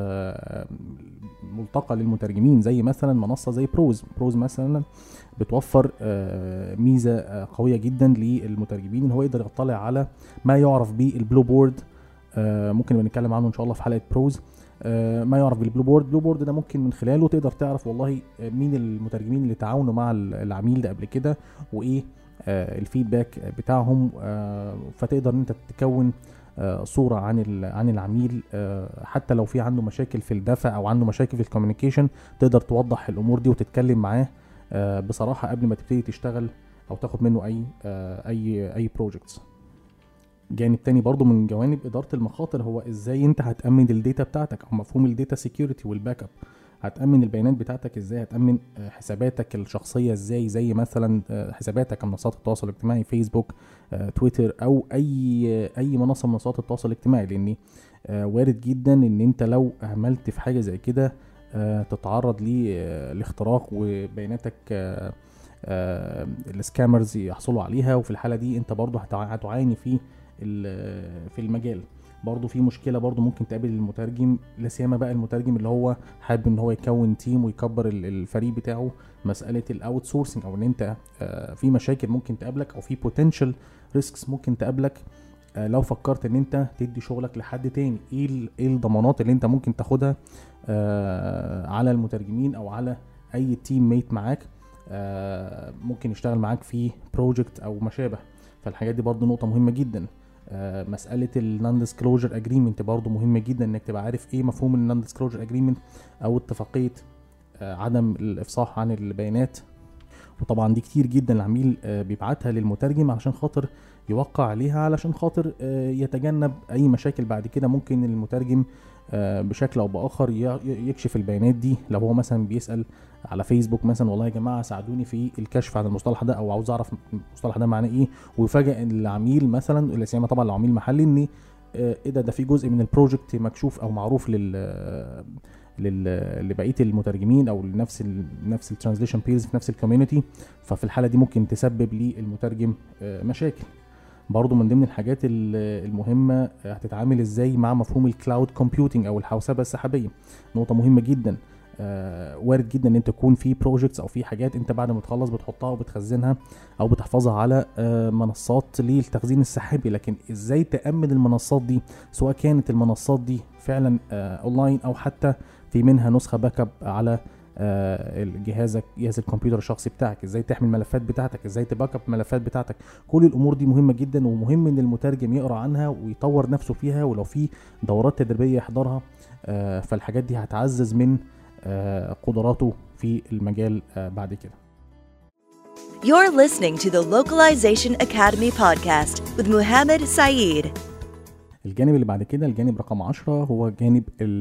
ملتقى للمترجمين، زي مثلا منصه زي بروز مثلا بتوفر ميزه قويه جدا للمترجمين ان هو يقدر يطلع على ما يعرف بالبلو بورد. ممكن نتكلم عنه ان شاء الله في حلقه بروز. ما يعرف بالبلو بورد. البلو بورد ده ممكن من خلاله تقدر تعرف والله مين المترجمين اللي تعاونوا مع العميل ده قبل كده، وايه الفيدباك بتاعهم. فتقدر ان انت تكون صورة عن العميل، حتى لو في عنده مشاكل في الدفع او عنده مشاكل في الكوميونيكيشن، تقدر توضح الامور دي وتتكلم معاه بصراحة قبل ما تبتدي تشتغل او تاخد منه اي بروجكتس. جانب تاني برضو من جوانب إدارة المخاطر هو إزاي أنت هتأمن الداتا بتاعتك، أو مفهوم الداتا سيكيورتي والباك اب. هتأمن البيانات بتاعتك إزاي، هتأمن حساباتك الشخصية إزاي، زي مثلا حساباتك على منصات التواصل الاجتماعي، فيسبوك، تويتر، أو أي منصة من منصات التواصل الاجتماعي. لأن وارد جدا إن أنت لو عملت في حاجة زي كده تتعرض لاختراق وبياناتك السكامرز يحصلوا عليها، وفي الحالة دي أنت برضو هتعاني في المجال. برضو في مشكله برضو ممكن تقابل المترجم، لا سيما بقى المترجم اللي هو حابب ان هو يكون تيم ويكبر الفريق بتاعه. مساله الاوت سورسنج، او ان انت في مشاكل ممكن تقابلك او في بوتنشال ريسكس ممكن تقابلك لو فكرت ان انت تدي شغلك لحد تاني. ايه الضمانات اللي انت ممكن تاخدها على المترجمين او على اي تيم ميت معاك ممكن يشتغل معاك في بروجكت او ما شابه. فالحاجات دي برضو نقطة مهمة جدا. مسألة النون ديسكلوجر اجريمنت برضو مهمة جدا، انك تبقى عارف ايه مفهوم النون ديسكلوجر اجريمنت او اتفاقية عدم الافصاح عن البيانات. وطبعا دي كتير جدا العميل بيبعتها للمترجم علشان خاطر يوقع عليها، علشان خاطر يتجنب اي مشاكل بعد كده ممكن المترجم بشكل او باخر يكشف البيانات دي. لو هو مثلا بيسأل على فيسبوك مثلا والله يا جماعه ساعدوني في الكشف عن المصطلح ده، او عاوز اعرف المصطلح ده معناه ايه، ويفاجئ العميل مثلا، لا سيما طبعا لو عميل محلي، ان ايه ده في جزء من البروجكت مكشوف او معروف لبقيه المترجمين او نفس الترانزليشن بيرز في نفس الكوميونتي. ففي الحاله دي ممكن تسبب للمترجم مشاكل. برضو من ضمن الحاجات المهمه هتتعامل ازاي مع مفهوم الكلاود كومبيوتنج او الحوسبه السحابيه. نقطه مهمه جدا. وارد جدا ان انت تكون في بروجكتس او في حاجات انت بعد ما تخلص بتحطها وبتخزنها او بتحفظها على منصات للتخزين السحابي، لكن ازاي تأمن المنصات دي، سواء كانت المنصات دي فعلا اونلاين او حتى في منها نسخة باك اب على جهاز الكمبيوتر الشخصي بتاعك، ازاي تحمل الملفات بتاعتك، ازاي تباك اب الملفات بتاعتك. كل الامور دي مهمة جدا، ومهم ان المترجم يقرأ عنها ويطور نفسه فيها، ولو في دورات تدريبية يحضرها. فالحاجات دي هتعزز من قدراته في المجال بعد كده. You're listening to the Localization Academy podcast with Mohammed Saeed. الجانب اللي بعد كده، الجانب رقم 10، هو جانب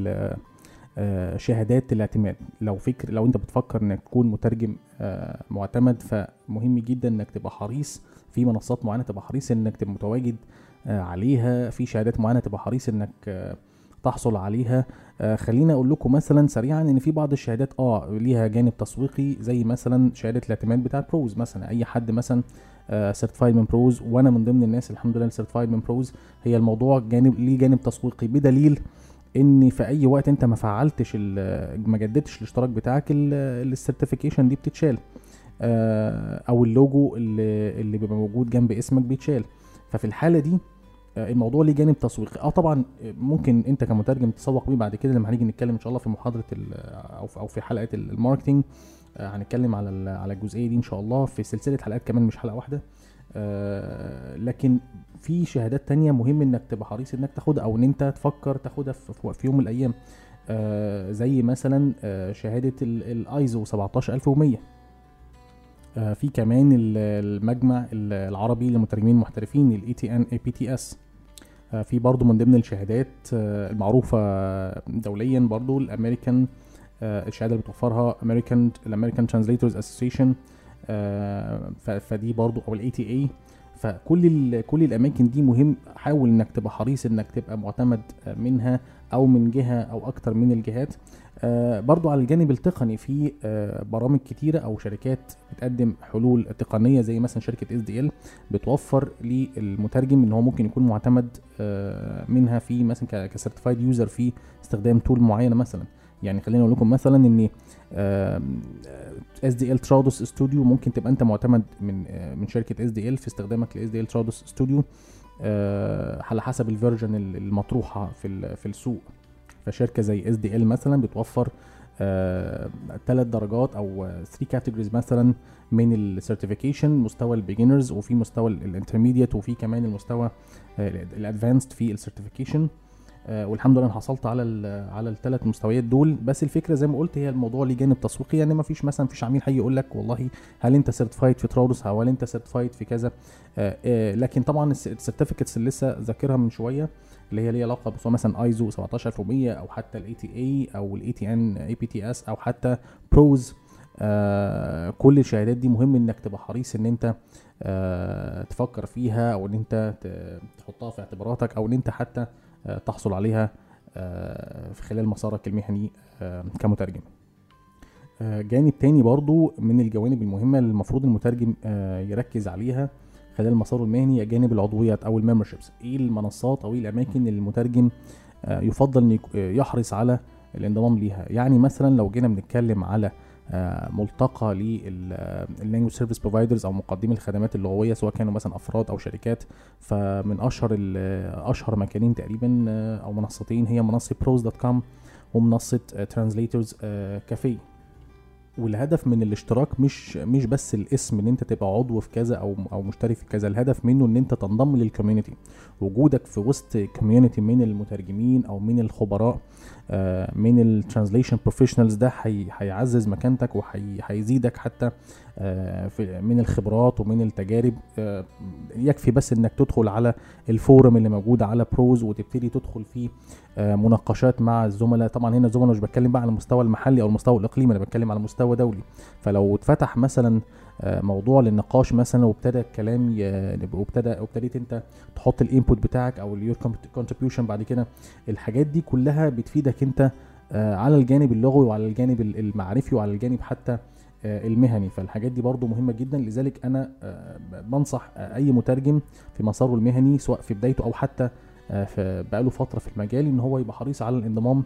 شهادات الاعتماد. لو انت بتفكر انك تكون مترجم معتمد، فمهم جدا انك تبقى حريص في منصات معينة، تبقى حريص انك تبقى متواجد عليها، في شهادات معينة تبقى حريص انك تحصل عليها. خلينا اقول لكم مثلا سريعا ان في بعض الشهادات ليها جانب تسويقي، زي مثلا شهاده الاعتماد بتاعه بروز مثلا. اي حد مثلا سيرتيفايد من بروز، وانا من ضمن الناس الحمد لله سيرتيفايد من بروز، هي الموضوع ليه جانب تسويقي، بدليل ان في اي وقت انت ما جددتش الاشتراك بتاعك السيرتيفيكيشن دي بتتشال، او اللوجو اللي بيبقى موجود جنب اسمك بيتشال. ففي الحاله دي الموضوع ليه جانب تسويقي. طبعا ممكن انت كمترجم تسوق بيه بعد كده لما هنيجي نتكلم ان شاء الله في محاضره او في حلقه الماركتنج. هنتكلم على الجزئيه دي ان شاء الله في سلسله حلقات كمان، مش حلقه واحده. لكن في شهادات تانية مهم انك تبقى حريص انك تاخدها، او ان انت تفكر تاخدها في يوم من الايام. زي مثلا شهاده الايزو 17100. في كمان المجمع العربي للمترجمين المحترفين، الاي تي APTS. في برضو من ضمن الشهادات المعروفة دوليا برضو الامريكان، الشهادة اللي بتوفرها الامريكان ترانسليتورز اسوسيشن، فدي برضو، او ATA. فكل الاماكن دي مهم حاول انك تبقى حريص انك تبقى معتمد منها، او من جهة او اكتر من الجهات. برضو على الجانب التقني في برامج كتيرة او شركات بتقدم حلول تقنية، زي مثلا شركة SDL بتوفر للمترجم ان هو ممكن يكون معتمد منها في مثلا كسيرتيفايد يوزر في استخدام تول معينة مثلا. يعني خلينا اقول لكم مثلا ان SDL ترادوس ستوديو ممكن تبقى انت معتمد من شركة SDL في استخدامك ل SDL ترادوس ستوديو على حسب الفيرجن المطروحة في السوق. فشركة زي SDL مثلا بتوفر 3 درجات او 3 كاتيجوريز مثلا من السيرتيفيكيشن: مستوى البيجنرز، وفي مستوى الانترميديت، وفي كمان المستوى الادفانسد في السيرتيفيكيشن. والحمد لله انا حصلت على ال3 مستويات دول. بس الفكره زي ما قلت هي الموضوع ليه جانب تسويقي، يعني ما فيش مثلا عميل هيجي يقول لك والله هل انت سيرتيفايد في ترادوس او هل انت سيرتيفايد في كذا. لكن طبعا السيرتيفيكتس اللي لسه ذاكرها من شويه اللي هي ليها علاقه بس مثلا ايزو 17100 او حتى ATA او ATN APTS او حتى بروز، كل الشهادات دي مهم انك تبقى حريص ان انت تفكر فيها، او ان انت تحطها في اعتباراتك، او ان انت حتى تحصل عليها في خلال مسارك المهني كمترجم. جانب تاني برضو من الجوانب المهمة اللي المفروض المترجم يركز عليها خلال مساره المهني جانب العضويات او الممبرشيبس. ايه المنصات او ايه الاماكن اللي المترجم يفضل ان يحرص على الانضمام ليها؟ يعني مثلا لو جينا بنتكلم على ملتقى لللانجوج سيرفيس بروفايدرز او مقدمي الخدمات اللغويه، سواء كانوا مثلا افراد او شركات، فمن اشهر مكانين تقريبا او منصتين هي منصه pros.com ومنصه ترانسليترز كافيه. والهدف من الاشتراك مش بس الاسم ان انت تبقى عضو في كذا او مشترك في كذا، الهدف منه ان انت تنضم للكوميونتي. وجودك في وسط كوميونتي من المترجمين او من الخبراء من الترانسليشن بروفيشنالز ده هيعزز مكانتك وهيزيدك حتى من الخبرات ومن التجارب. يكفي بس انك تدخل على الفورم اللي موجود على بروز وتبتدي تدخل فيه مناقشات مع الزملاء. طبعا هنا الزملاء مش بتكلم بقى على المستوى المحلي او المستوى الاقليمي، انا بتكلم على مستوى دولي. فلو اتفتح مثلا موضوع للنقاش مثلا وابتدى الكلام وابتديت انت تحط الانبوت بتاعك او اليور كونتريبيوشن بعد كده، الحاجات دي كلها بتفيدك انت على الجانب اللغوي وعلى الجانب المعرفي وعلى الجانب حتى المهني. فالحاجات دي برضو مهمة جدا. لذلك انا بنصح اي مترجم في مساره المهني سواء في بدايته او حتى بقاله فترة في المجال ان هو يبقى حريص على الانضمام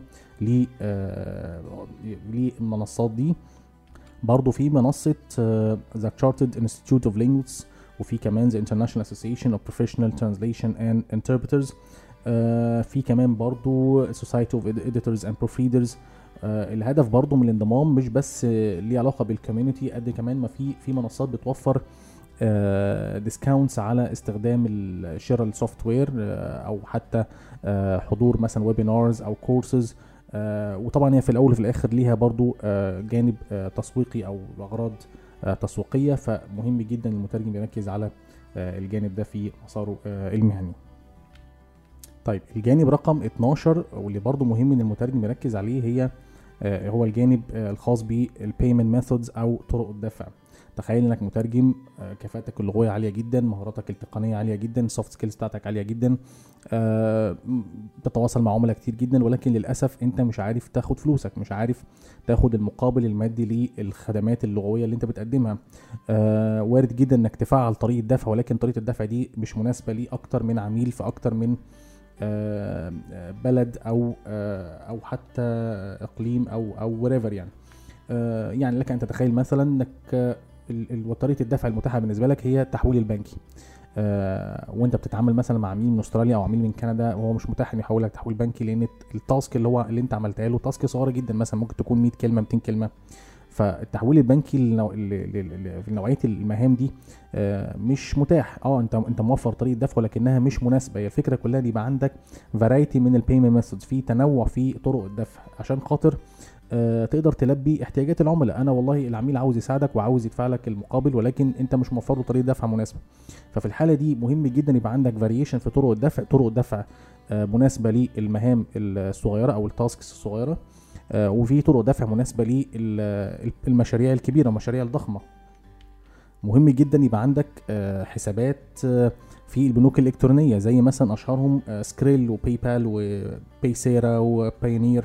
للمنصات دي. برضو في منصة The Chartered Institute of Linguists، وفي كمان The International Association of Professional Translation and Interpreters، في كمان برضو Society of Editors and Proofreaders. الهدف برضو من الانضمام مش بس ليه علاقة بالكوميونتي قد كمان ما في منصات بتوفر ديسكاونتس على استخدام شراء السوفت وير او حتى حضور مثلا ويبينارز او كورسز. وطبعا هي في الاول وفي الاخر ليها برضو جانب تسويقي او اغراض تسويقيه، فمهم جدا المترجم يركز على الجانب ده في مساره المهني. طيب الجانب رقم 12 واللي برضو مهم ان المترجم يركز عليه هو الجانب الخاص بالبيمنت ميثودز او طرق الدفع. تخيل انك مترجم كفاءتك اللغويه عاليه جدا، مهاراتك التقنيه عاليه جدا، السوفت سكيلز بتاعتك عاليه جدا، بتتواصل مع عملاء كتير جدا، ولكن للاسف انت مش عارف تاخد فلوسك، مش عارف تاخد المقابل المادي للخدمات اللغويه اللي انت بتقدمها. وارد جدا انك تفعل طريقه دفع، ولكن طريقه الدفع دي مش مناسبه لاكتر من عميل في اكتر من بلد او حتى اقليم او whatever يعني. يعني لك ان تتخيل مثلا انك طريقه الدفع المتاحه بالنسبه لك هي التحويل البنكي، وانت بتتعامل مثلا مع عميل من استراليا او عميل من كندا، وهو مش متاح ان يحول لك تحويل بنكي لان التاسك اللي انت عملتها له تاسك صغيره جدا، مثلا ممكن تكون 100 كلمه 200 كلمه. فالتحويل البنكي في نوعيه المهام دي مش متاح. انت موفر طريقه دفع ولكنها مش مناسبه. هي الفكره كلها دي يبقى عندك فرايتي من البيمنت ميثودز، في تنوع في طرق الدفع عشان خاطر تقدر تلبي احتياجات العملاء. انا والله العميل عاوز يساعدك وعاوز يدفع لك المقابل، ولكن انت مش موفر له طريقه دفع مناسبه. ففي الحاله دي مهم جدا يبقى عندك فاريشن في طرق الدفع مناسبه للمهام الصغيره او التاسكس الصغيره، وفي طرق دفع مناسبه للمشاريع الكبيره والمشاريع الضخمه. مهم جدا يبقى عندك حسابات في البنوك الالكترونيه زي مثلا اشهرهم سكريل وباي بال وبايسيرا وبايونير،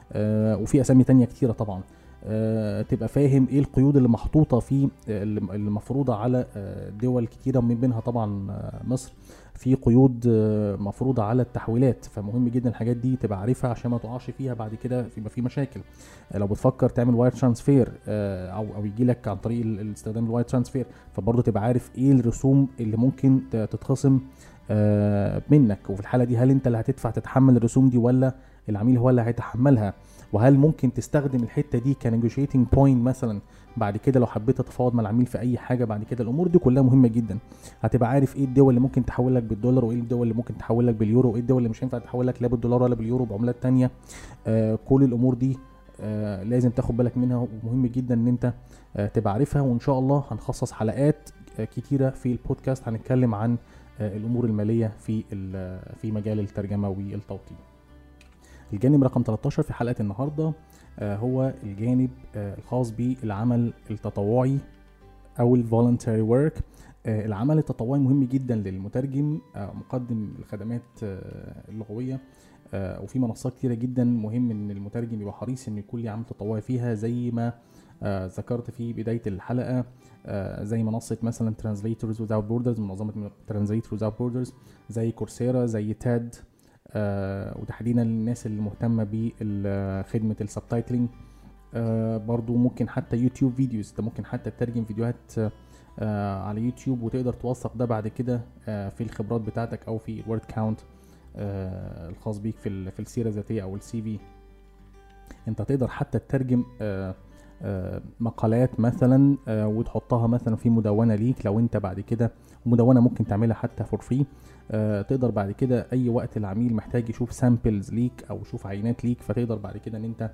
وفي اسامي تانية كتيرة طبعا. تبقى فاهم ايه القيود اللي محطوطة في اللي مفروضة على دول كتيرة من بينها طبعا مصر، في قيود مفروضة على التحويلات. فمهم جدا الحاجات دي تبقى عارفها عشان ما تقعش فيها بعد كده يبقى في مشاكل. لو بتفكر تعمل واير ترانسفير او يجي لك عن طريق الاستخدام الواير ترانسفير، فبرضه تبقى عارف ايه الرسوم اللي ممكن تتخصم منك. وفي الحالة دي هل انت اللي هتدفع تتحمل الرسوم دي ولا العميل هو اللي هيتحملها؟ وهل ممكن تستخدم الحته دي كنيجوشيتنج بوينت مثلا بعد كده لو حبيت تتفاوض مع العميل في اي حاجه بعد كده؟ الامور دي كلها مهمه جدا. هتبقى عارف ايه الدول اللي ممكن تحول لك بالدولار، وايه الدول اللي ممكن تحول لك باليورو، وايه الدول اللي مش هينفع تحول لك لا بالدولار ولا باليورو بعملات تانية. كل الامور دي لازم تاخد بالك منها، ومهم جدا ان انت تبقى عارفها. وان شاء الله هنخصص حلقات كتيره في البودكاست هنتكلم عن الامور الماليه في مجال الترجمه والتوطين. الجانب رقم 13 في حلقة النهاردة هو الجانب الخاص بالعمل التطوعي أو الفولنتري ورك. العمل التطوعي مهم جدا للمترجم مقدم الخدمات اللغوية، وفي منصات كتيرة جدا مهم ان المترجم يبقى حريص ان يكون له عمل تطوعي فيها، زي ما ذكرت في بداية الحلقة زي منصة مثلا Translators Without Borders، منظمة Translators Without Borders، زي كورسيرا، زي تاد، وتحديدا للناس اللي مهتمة بخدمة السبتايتلينج. برضو ممكن حتى يوتيوب فيديوز، انت ممكن حتى تترجم فيديوهات على يوتيوب وتقدر توثق ده بعد كده في الخبرات بتاعتك او في الورد كاونت الخاص بيك في السيرة الذاتية او السي في. انت تقدر حتى تترجم مقالات مثلا وتحطها مثلا في مدونة ليك، لو انت بعد كده مدونة ممكن تعملها حتى فور فري. تقدر بعد كده اي وقت العميل محتاج يشوف سامبلز ليك او يشوف عينات ليك، فتقدر بعد كده ان انت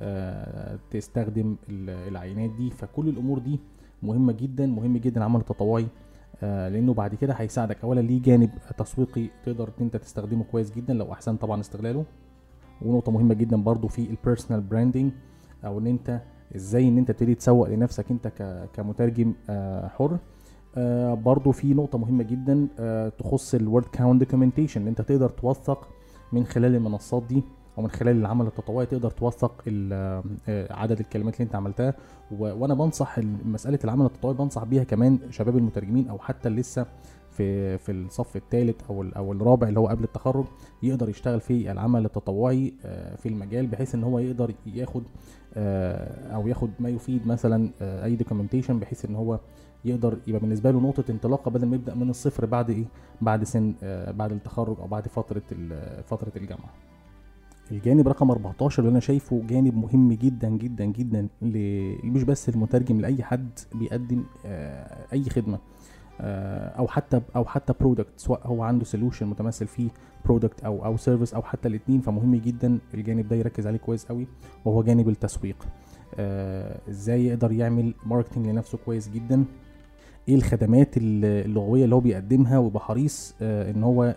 تستخدم العينات دي. فكل الامور دي مهمة جدا، مهم جدا العمل التطوعي، لانه بعد كده هيساعدك اولا ليه جانب تسويقي تقدر ان انت تستخدمه كويس جدا لو احسن طبعا استغلاله. ونقطة مهمة جدا برضو في البيرسونال براندنج، او ان انت ازاي ان انت تبتدي تسوق لنفسك انت كمترجم حر. برضو في نقطة مهمة جدا تخص الورد كاونت دوكيومنتيشن، ان انت تقدر توثق من خلال المنصات دي او من خلال العمل التطوعي، تقدر توثق عدد الكلمات اللي انت عملتها. وانا بنصح مسألة العمل التطوعي بنصح بيها كمان شباب المترجمين او حتى اللي لسه في الصف الثالث او الرابع اللي هو قبل التخرج، يقدر يشتغل في العمل التطوعي في المجال، بحيث ان هو يقدر ياخد او ياخد ما يفيد مثلا اي دوكيومنتيشن، بحيث ان هو يقدر يبقى بالنسبه له نقطه انطلاقه بدل ما يبدا من الصفر بعد سن بعد التخرج او بعد فتره الجامعه. الجانب رقم 14 اللي انا شايفه جانب مهم جدا جدا جدا مش بس المترجم، لاي حد بيقدم اي خدمه او حتى برودكت، سواء هو عنده سوليوشن متمثل فيه برودكت او سيرفيس او حتى الاثنين، فمهم جدا الجانب ده يركز عليه كويس قوي، وهو جانب التسويق. ازاي يقدر يعمل ماركتنج لنفسه كويس جدا، ايه الخدمات اللغويه اللي هو بيقدمها، ويبقى حريص ان هو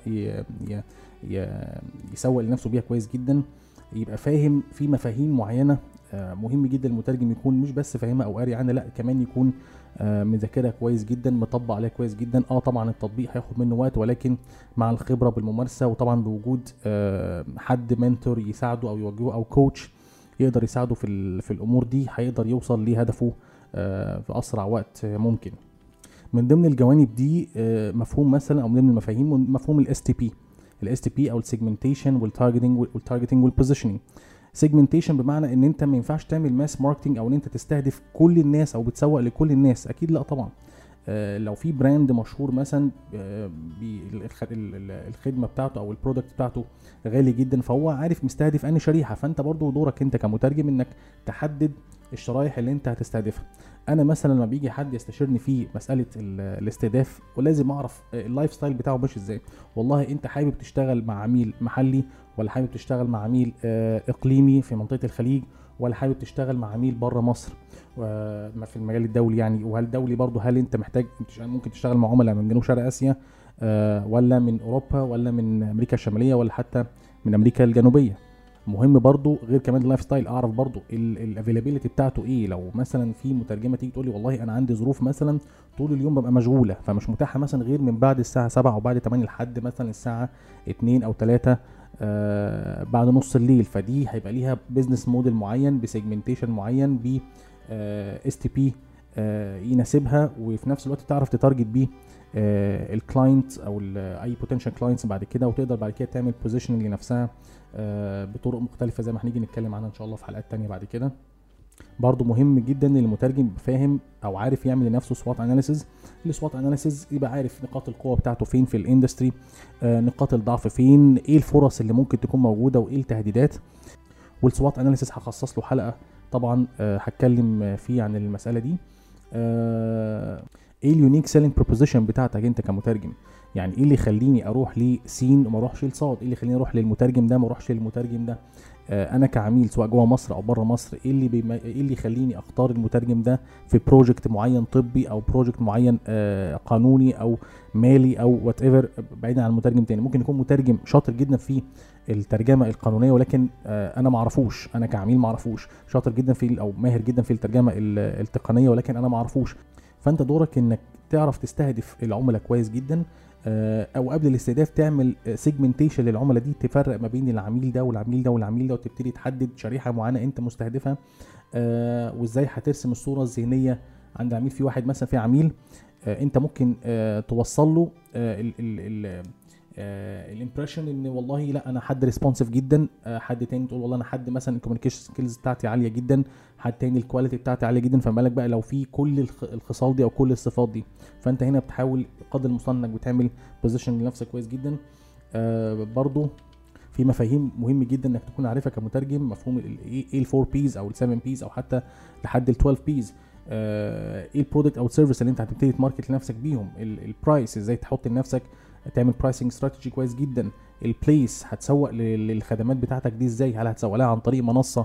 يسوق لنفسه بيها كويس جدا. يبقى فاهم في مفاهيم معينه، مهم جدا المترجم يكون مش بس فاهمها او قاري عنها، لا كمان يكون مذاكرها كويس جدا، مطبق عليها كويس جدا. طبعا التطبيق هياخد منه وقت، ولكن مع الخبره بالممارسه، وطبعا بوجود حد منتور يساعده او يوجهه او كوتش يقدر يساعده في الامور دي، هيقدر يوصل لهدفه في اسرع وقت ممكن. من ضمن الجوانب دي مفهوم مثلا او من ضمن المفاهيم مفهوم الاس تي بي او السيجمنتيشن والتارجتنج والبوزيشننج. سيجمنتيشن بمعنى ان انت ما ينفعش تعمل ماس ماركتنج او ان انت تستهدف كل الناس او بتسوق لكل الناس، اكيد لا طبعا. لو في براند مشهور مثلا الخدمه بتاعته او البرودكت بتاعته غالي جدا، فهو عارف مستهدف انهي شريحه، فانت برضو دورك انت كمترجم انك تحدد الشرايح اللي انت هتستهدفها. انا مثلا لما بيجي حد يستشيرني في مساله الاستهداف، ولازم اعرف اللايف ستايل بتاعه ماشي ازاي. والله انت حابب تشتغل مع عميل محلي، ولا حابب تشتغل مع عميل اقليمي في منطقه الخليج، ولا حابب تشتغل مع عميل بره مصر في المجال الدولي يعني. وهل دولي برضو، هل انت محتاج ممكن تشتغل مع عملاء من جنوب شرق اسيا، ولا من اوروبا، ولا من امريكا الشماليه، ولا حتى من امريكا الجنوبيه. مهم برضو غير كمان اللايف ستايل اعرف برضو الافيلابيلتي بتاعته ايه. لو مثلا في مترجمه تيجي تقول لي والله انا عندي ظروف مثلا طول اليوم ببقى مشغوله، فمش متاحه مثلا غير من بعد الساعه 7 او بعد 8 لحد مثلا الساعه 2 او 3 بعد نص الليل، فدي هيبقى ليها بيزنس موديل معين بسيجمنتيشن معين ب اس تي بي يناسبها، وفي نفس الوقت تعرف تتارجت بيه الكلاينت او اي بوتنشال كلاينتس بعد كده، وتقدر بعد كده تعمل بوزيشننج لنفسها بطرق مختلفه زي ما هنيجي نتكلم عنها ان شاء الله في حلقات تانية بعد كده. برضو مهم جدا ان المترجم فاهم او عارف يعمل لنفسه سوات اناليسيز. السوات اناليسيز يبقى عارف نقاط القوه بتاعته فين في الاندستري، نقاط الضعف فين، ايه الفرص اللي ممكن تكون موجوده، وايه التهديدات. والسوات اناليسيز هخصص له حلقه طبعا هتكلم فيه عن المساله دي. ايه اليونيك سيلينج بروبوزيشن بتاعتك انت كمترجم، يعني ايه اللي يخليني اروح لسين وما اروحش لصاد، ايه اللي يخليني اروح للمترجم ده ما اروحش للمترجم ده. انا كعميل سواء جوه مصر او بره مصر، ايه اللي يخليني اختار المترجم ده في بروجكت معين طبي او بروجكت معين قانوني او مالي او وات ايفر، بعيدا عن المترجم تاني. ممكن يكون مترجم شاطر جدا في الترجمه القانونيه، ولكن انا ما اعرفوش، انا كعميل ما اعرفوش. شاطر جدا في او ماهر جدا في الترجمه التقنيه، ولكن انا ما اعرفوش. فانت دورك انك تعرف تستهدف العملاء كويس جدا، او قبل الاستهداف تعمل سيجمنتيشن للعملاء دي، تفرق ما بين العميل ده والعميل ده والعميل ده، وتبتدي تحدد شريحه معينه انت مستهدفها وازاي هترسم الصوره الذهنيه عند عميل. في واحد مثلا، في عميل انت ممكن توصل له الامبريشن ان والله لا انا حد ريسبونسيف جدا، حد تاني تقول والله انا حد مثلا الكوميونيكيشن سكيلز بتاعتي عاليه جدا، حد تاني الكواليتي بتاعتي عاليه جدا. فما بالك بقى لو في كل الخصال دي او كل الصفات دي؟ فانت هنا بتحاول قدر المستطاع انك بتعمل بوزيشن لنفسك كويس جدا. برضو في مفاهيم مهم جدا انك تكون عارفها كمترجم، مفهوم ايه ال4 بيز او ال7 بيز او حتى لحد ال12 بيز. ايه البرودكت او السيرفيس اللي انت هتبتدي تماركت لنفسك بيهم، البرايس ازاي تحط لنفسك تعمل برايسنج استراتيجي كويس جدا، البليس هتسوق للخدمات بتاعتك دي ازاي، هل هتسوق لها عن طريق منصه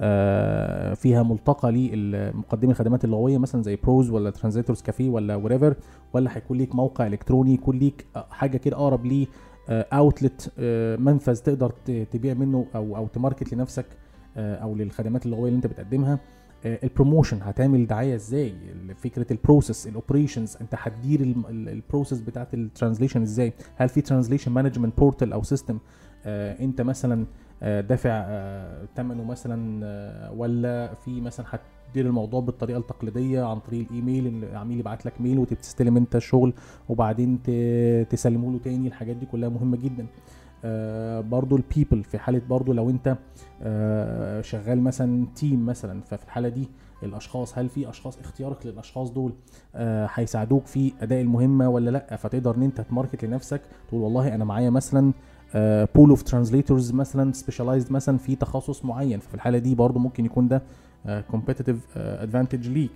فيها ملتقى لمقدمي الخدمات اللغويه مثلا زي بروز ولا ترانزليتورز كافيه ولا وريفر، ولا هيكون ليك موقع الكتروني، يكون ليك حاجه كده اقرب ليه اوتلت، منفذ تقدر تبيع منه او تماركت لنفسك او للخدمات اللغويه اللي انت بتقدمها. البروموشن هتعمل دعايه ازاي، فكره البروسيس، الاوبريشنز، انت هتدير البروسيس بتاعت الترانزليشن ازاي، هل في ترانزليشن مانجمنت بورتال او سيستم انت مثلا دافع ثمنه مثلا، ولا في مثلا هتدير الموضوع بالطريقه التقليديه عن طريق الايميل، العميل يبعت لك ميل وتستلم انت الشغل وبعدين تسلمه له تاني. الحاجات دي كلها مهمه جدا. برضو البيبل، في حالة برضو لو انت شغال مثلا تيم مثلا، ففي الحالة دي الاشخاص، هل في اشخاص اختيارك للاشخاص دول هيساعدوك في اداء المهمة ولا لا، فتقدر ان انت تماركت لنفسك تقول والله انا معايا مثلا بول اوف ترانزليتورز مثلا سبيشالايزد مثلا في تخصص معين. ففي الحالة دي برضو ممكن يكون ده كومبيتيتيف ادفانتج ليك.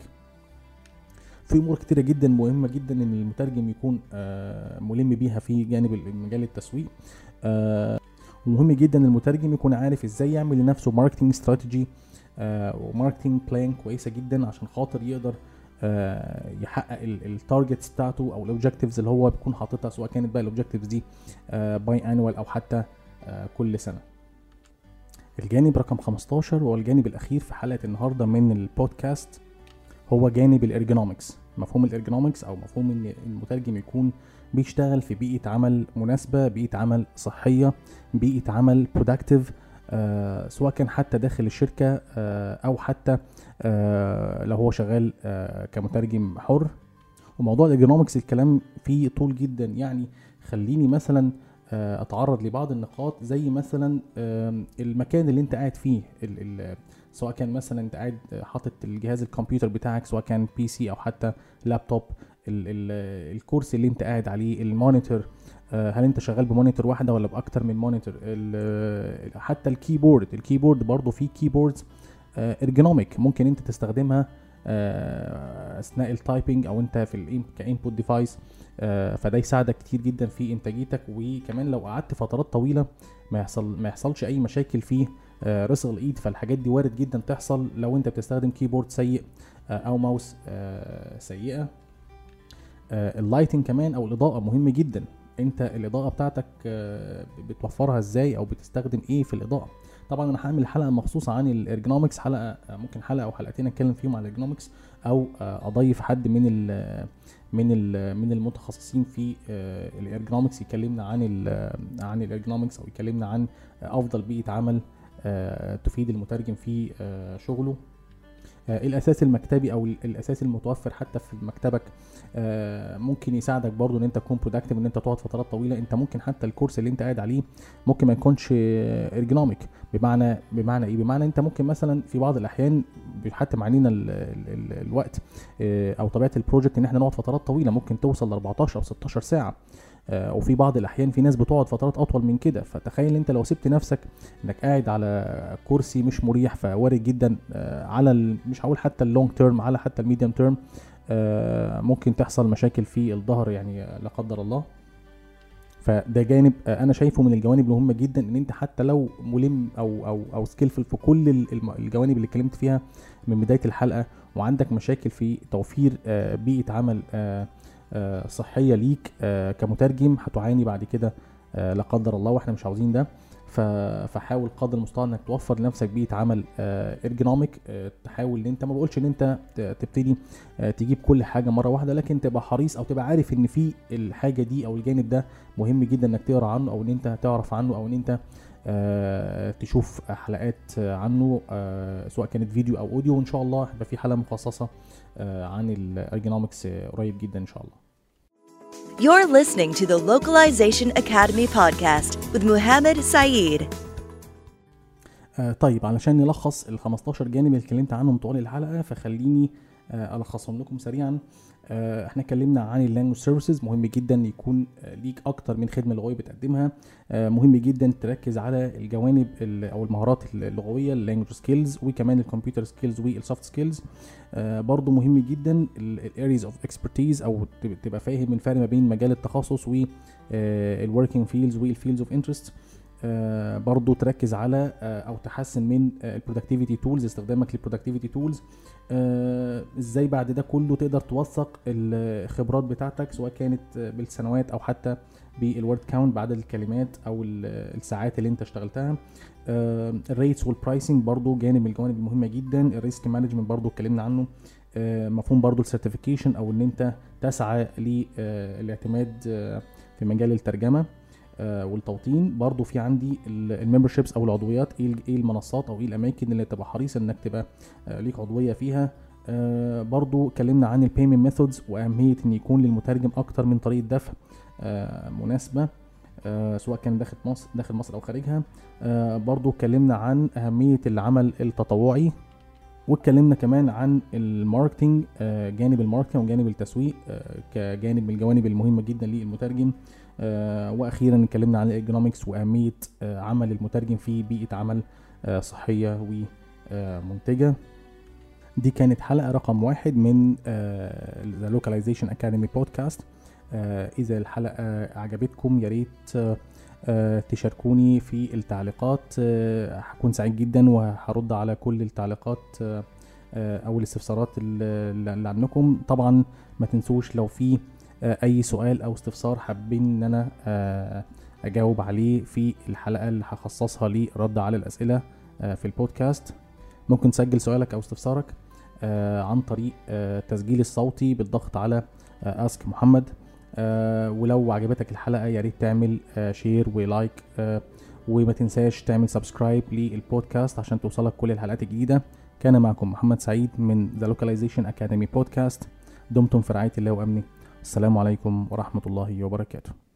في امور كتيرة جدا مهمة جدا ان المترجم يكون ملم بيها في جانب مجال التسويق. ومهم جدا المترجم يكون عارف ازاي يعمل لنفسه ماركتنج استراتيجي وماركتنج بلان كويسه جدا عشان خاطر يقدر يحقق التارجتس بتاعته او الاوبجكتيفز اللي هو بيكون حاططها، سواء كانت بقى الاوبجكتيفز دي باي انوال او حتى كل سنه. الجانب رقم 15 والجانب الاخير في حلقه النهارده من البودكاست هو جانب الارجونومكس. مفهوم الارجونومكس او مفهوم ان المترجم يكون بيشتغل في بيئة عمل مناسبة، بيئة عمل صحية، بيئة عمل productive، سواء كان حتى داخل الشركة او حتى لو هو شغال كمترجم حر. وموضوع الارجونومكس الكلام فيه طول جدا، يعني خليني مثلا اتعرض لبعض النقاط زي مثلا المكان اللي انت قاعد فيه، سواء كان مثلا انت قاعد حاطط الجهاز الكمبيوتر بتاعك، سواء كان بي سي او حتى لابتوب، الكرسي اللي انت قاعد عليه، المونيتور، هل انت شغال بمونيتور واحده ولا باكتر من مونيتور، حتى الكيبورد برضو في كيبوردز ارجونوميك ممكن انت تستخدمها اثناء التايبنج او انت في كانبوت ديفايس، فده يساعدك كتير جدا في انتاجيتك. وكمان لو قعدت فترات طويله ما يحصلش اي مشاكل في رسغ الايد، فالحاجات دي وارد جدا تحصل لو انت بتستخدم كيبورد سيء او ماوس سيئه. اللايتنج كمان او الاضاءه مهم جدا، انت الاضاءه بتاعتك بتوفرها ازاي او بتستخدم ايه في الاضاءه. طبعا انا هعمل حلقه مخصوصه عن الارجونومكس، حلقه ممكن حلقه او حلقتين اتكلم فيهم عن الارجونومكس، او اضيف حد من المتخصصين في الارجونومكس يكلمنا عن الارجونومكس، او يكلمنا عن افضل بيئه عمل تفيد المترجم في شغله. الاساس المكتبي او الاساس المتوفر حتى في مكتبك ممكن يساعدك برضو ان انت تكون برودكتيف، ان انت تقعد فترات طويله. انت ممكن حتى الكورس اللي انت قاعد عليه ممكن ما يكونش ارجونوميك، بمعنى ايه؟ بمعنى انت ممكن مثلا في بعض الاحيان حتى معنينا الوقت او طبيعه البروجكت ان احنا نقعد فترات طويله، ممكن توصل ل 14 او 16 ساعه، وفي بعض الاحيان في ناس بتقعد فترات اطول من كده. فتخيل انت لو سبت نفسك انك قاعد على كرسي مش مريح، فوارد جدا على مش هقول حتى اللونج تيرم، على حتى الميديوم تيرم ممكن تحصل مشاكل في الظهر يعني لا قدر الله. فده جانب انا شايفه من الجوانب المهمه جدا، ان انت حتى لو ملم او سكيلفل في كل الجوانب اللي اتكلمت فيها من بدايه الحلقه، وعندك مشاكل في توفير بيئه عمل صحيه ليك كمترجم، هتعاني بعد كده لا قدر الله، واحنا مش عاوزين ده. فحاول قدر المستطاع انك توفر لنفسك بيئه عمل ارجونوميك. تحاول ان انت، ما بقولش ان انت تبتدي تجيب كل حاجه مره واحده، لكن تبقى حريص او تبقى عارف ان في الحاجه دي او الجانب ده مهم جدا انك تقرا عنه، او ان انت تعرف عنه، او ان انت تشوف حلقات عنه سواء كانت فيديو او اوديو، وان شاء الله هيبقى في حلقه مخصصه عن الارجونومكس قريب جدا ان شاء الله. You're listening to the Localization Academy podcast with Muhammad Saeed. طيب علشان نلخص ال 15 جانب اللي اتكلمت عنهم طوال الحلقه، فخليني ألخصهم لكم سريعا. احنا اتكلمنا عن اللانجوج سيرفيسز، مهم جدا يكون ليك اكتر من خدمه لغويه بتقدمها. مهم جدا تركز على الجوانب او المهارات اللغويه، اللانجوج سكيلز، وكمان الكمبيوتر سكيلز والسوفت سكيلز. برضو مهم جدا الاريز اوف اكسبرتيز، او تبقى فاهم الفرق ما بين مجال التخصص والوركينج فيلدز والفيلدز اوف انترست. برضو تركز على او تحسن من البرودكتيفيتي تولز، استخدامك للبرودكتيفيتي تولز. ازاي بعد ده كله تقدر توثق الخبرات بتاعتك، سواء كانت بالسنوات او حتى بالورد كاونت بعدد الكلمات او الساعات اللي انت اشتغلتها. الريتس والبرايسنج برضو جانب من الجوانب المهمه جدا. الريسك مانجمنت برضو اتكلمنا عنه. مفهوم برضو السيرتيفيكيشن، او ان انت تسعى للاعتماد في مجال الترجمه والتوطين. برضو في عندي الممبرشيبس او العضويات، ايه المنصات او ايه الاماكن اللي تبقى حريص انك تبقى ليك عضويه فيها. برضو اتكلمنا عن البيمنت ميثودز واهميه ان يكون للمترجم اكتر من طريقه دفع مناسبه، سواء كان داخل مصر او خارجها. برضو اتكلمنا عن اهميه العمل التطوعي، واتكلمنا كمان عن الماركتينج، جانب الماركتينج وجانب التسويق كجانب من الجوانب المهمه جدا للمترجم. واخيرا اتكلمنا عن الايكونومكس واهميه عمل المترجم في بيئه عمل صحيه ومنتجه. دي كانت حلقه رقم 1 من The Localization Academy Podcast. اذا الحلقه عجبتكم يا ريت تشاركوني في التعليقات، هكون سعيد جدا وهرد على كل التعليقات او الاستفسارات اللي عنكم. طبعا ما تنسوش لو في اي سؤال او استفسار حابين ان انا اجاوب عليه في الحلقه اللي هخصصها لرد على الاسئله في البودكاست، ممكن تسجل سؤالك او استفسارك عن طريق التسجيل الصوتي بالضغط على اسك محمد. ولو عجبتك الحلقه يا ريت تعمل شير ولايك، وما تنساش تعمل سبسكرايب للبودكاست عشان توصلك كل الحلقات الجديده. كان معكم محمد سعيد من The Localization Academy Podcast. دمتم في رعايه الله وامنه. السلام عليكم ورحمه الله وبركاته.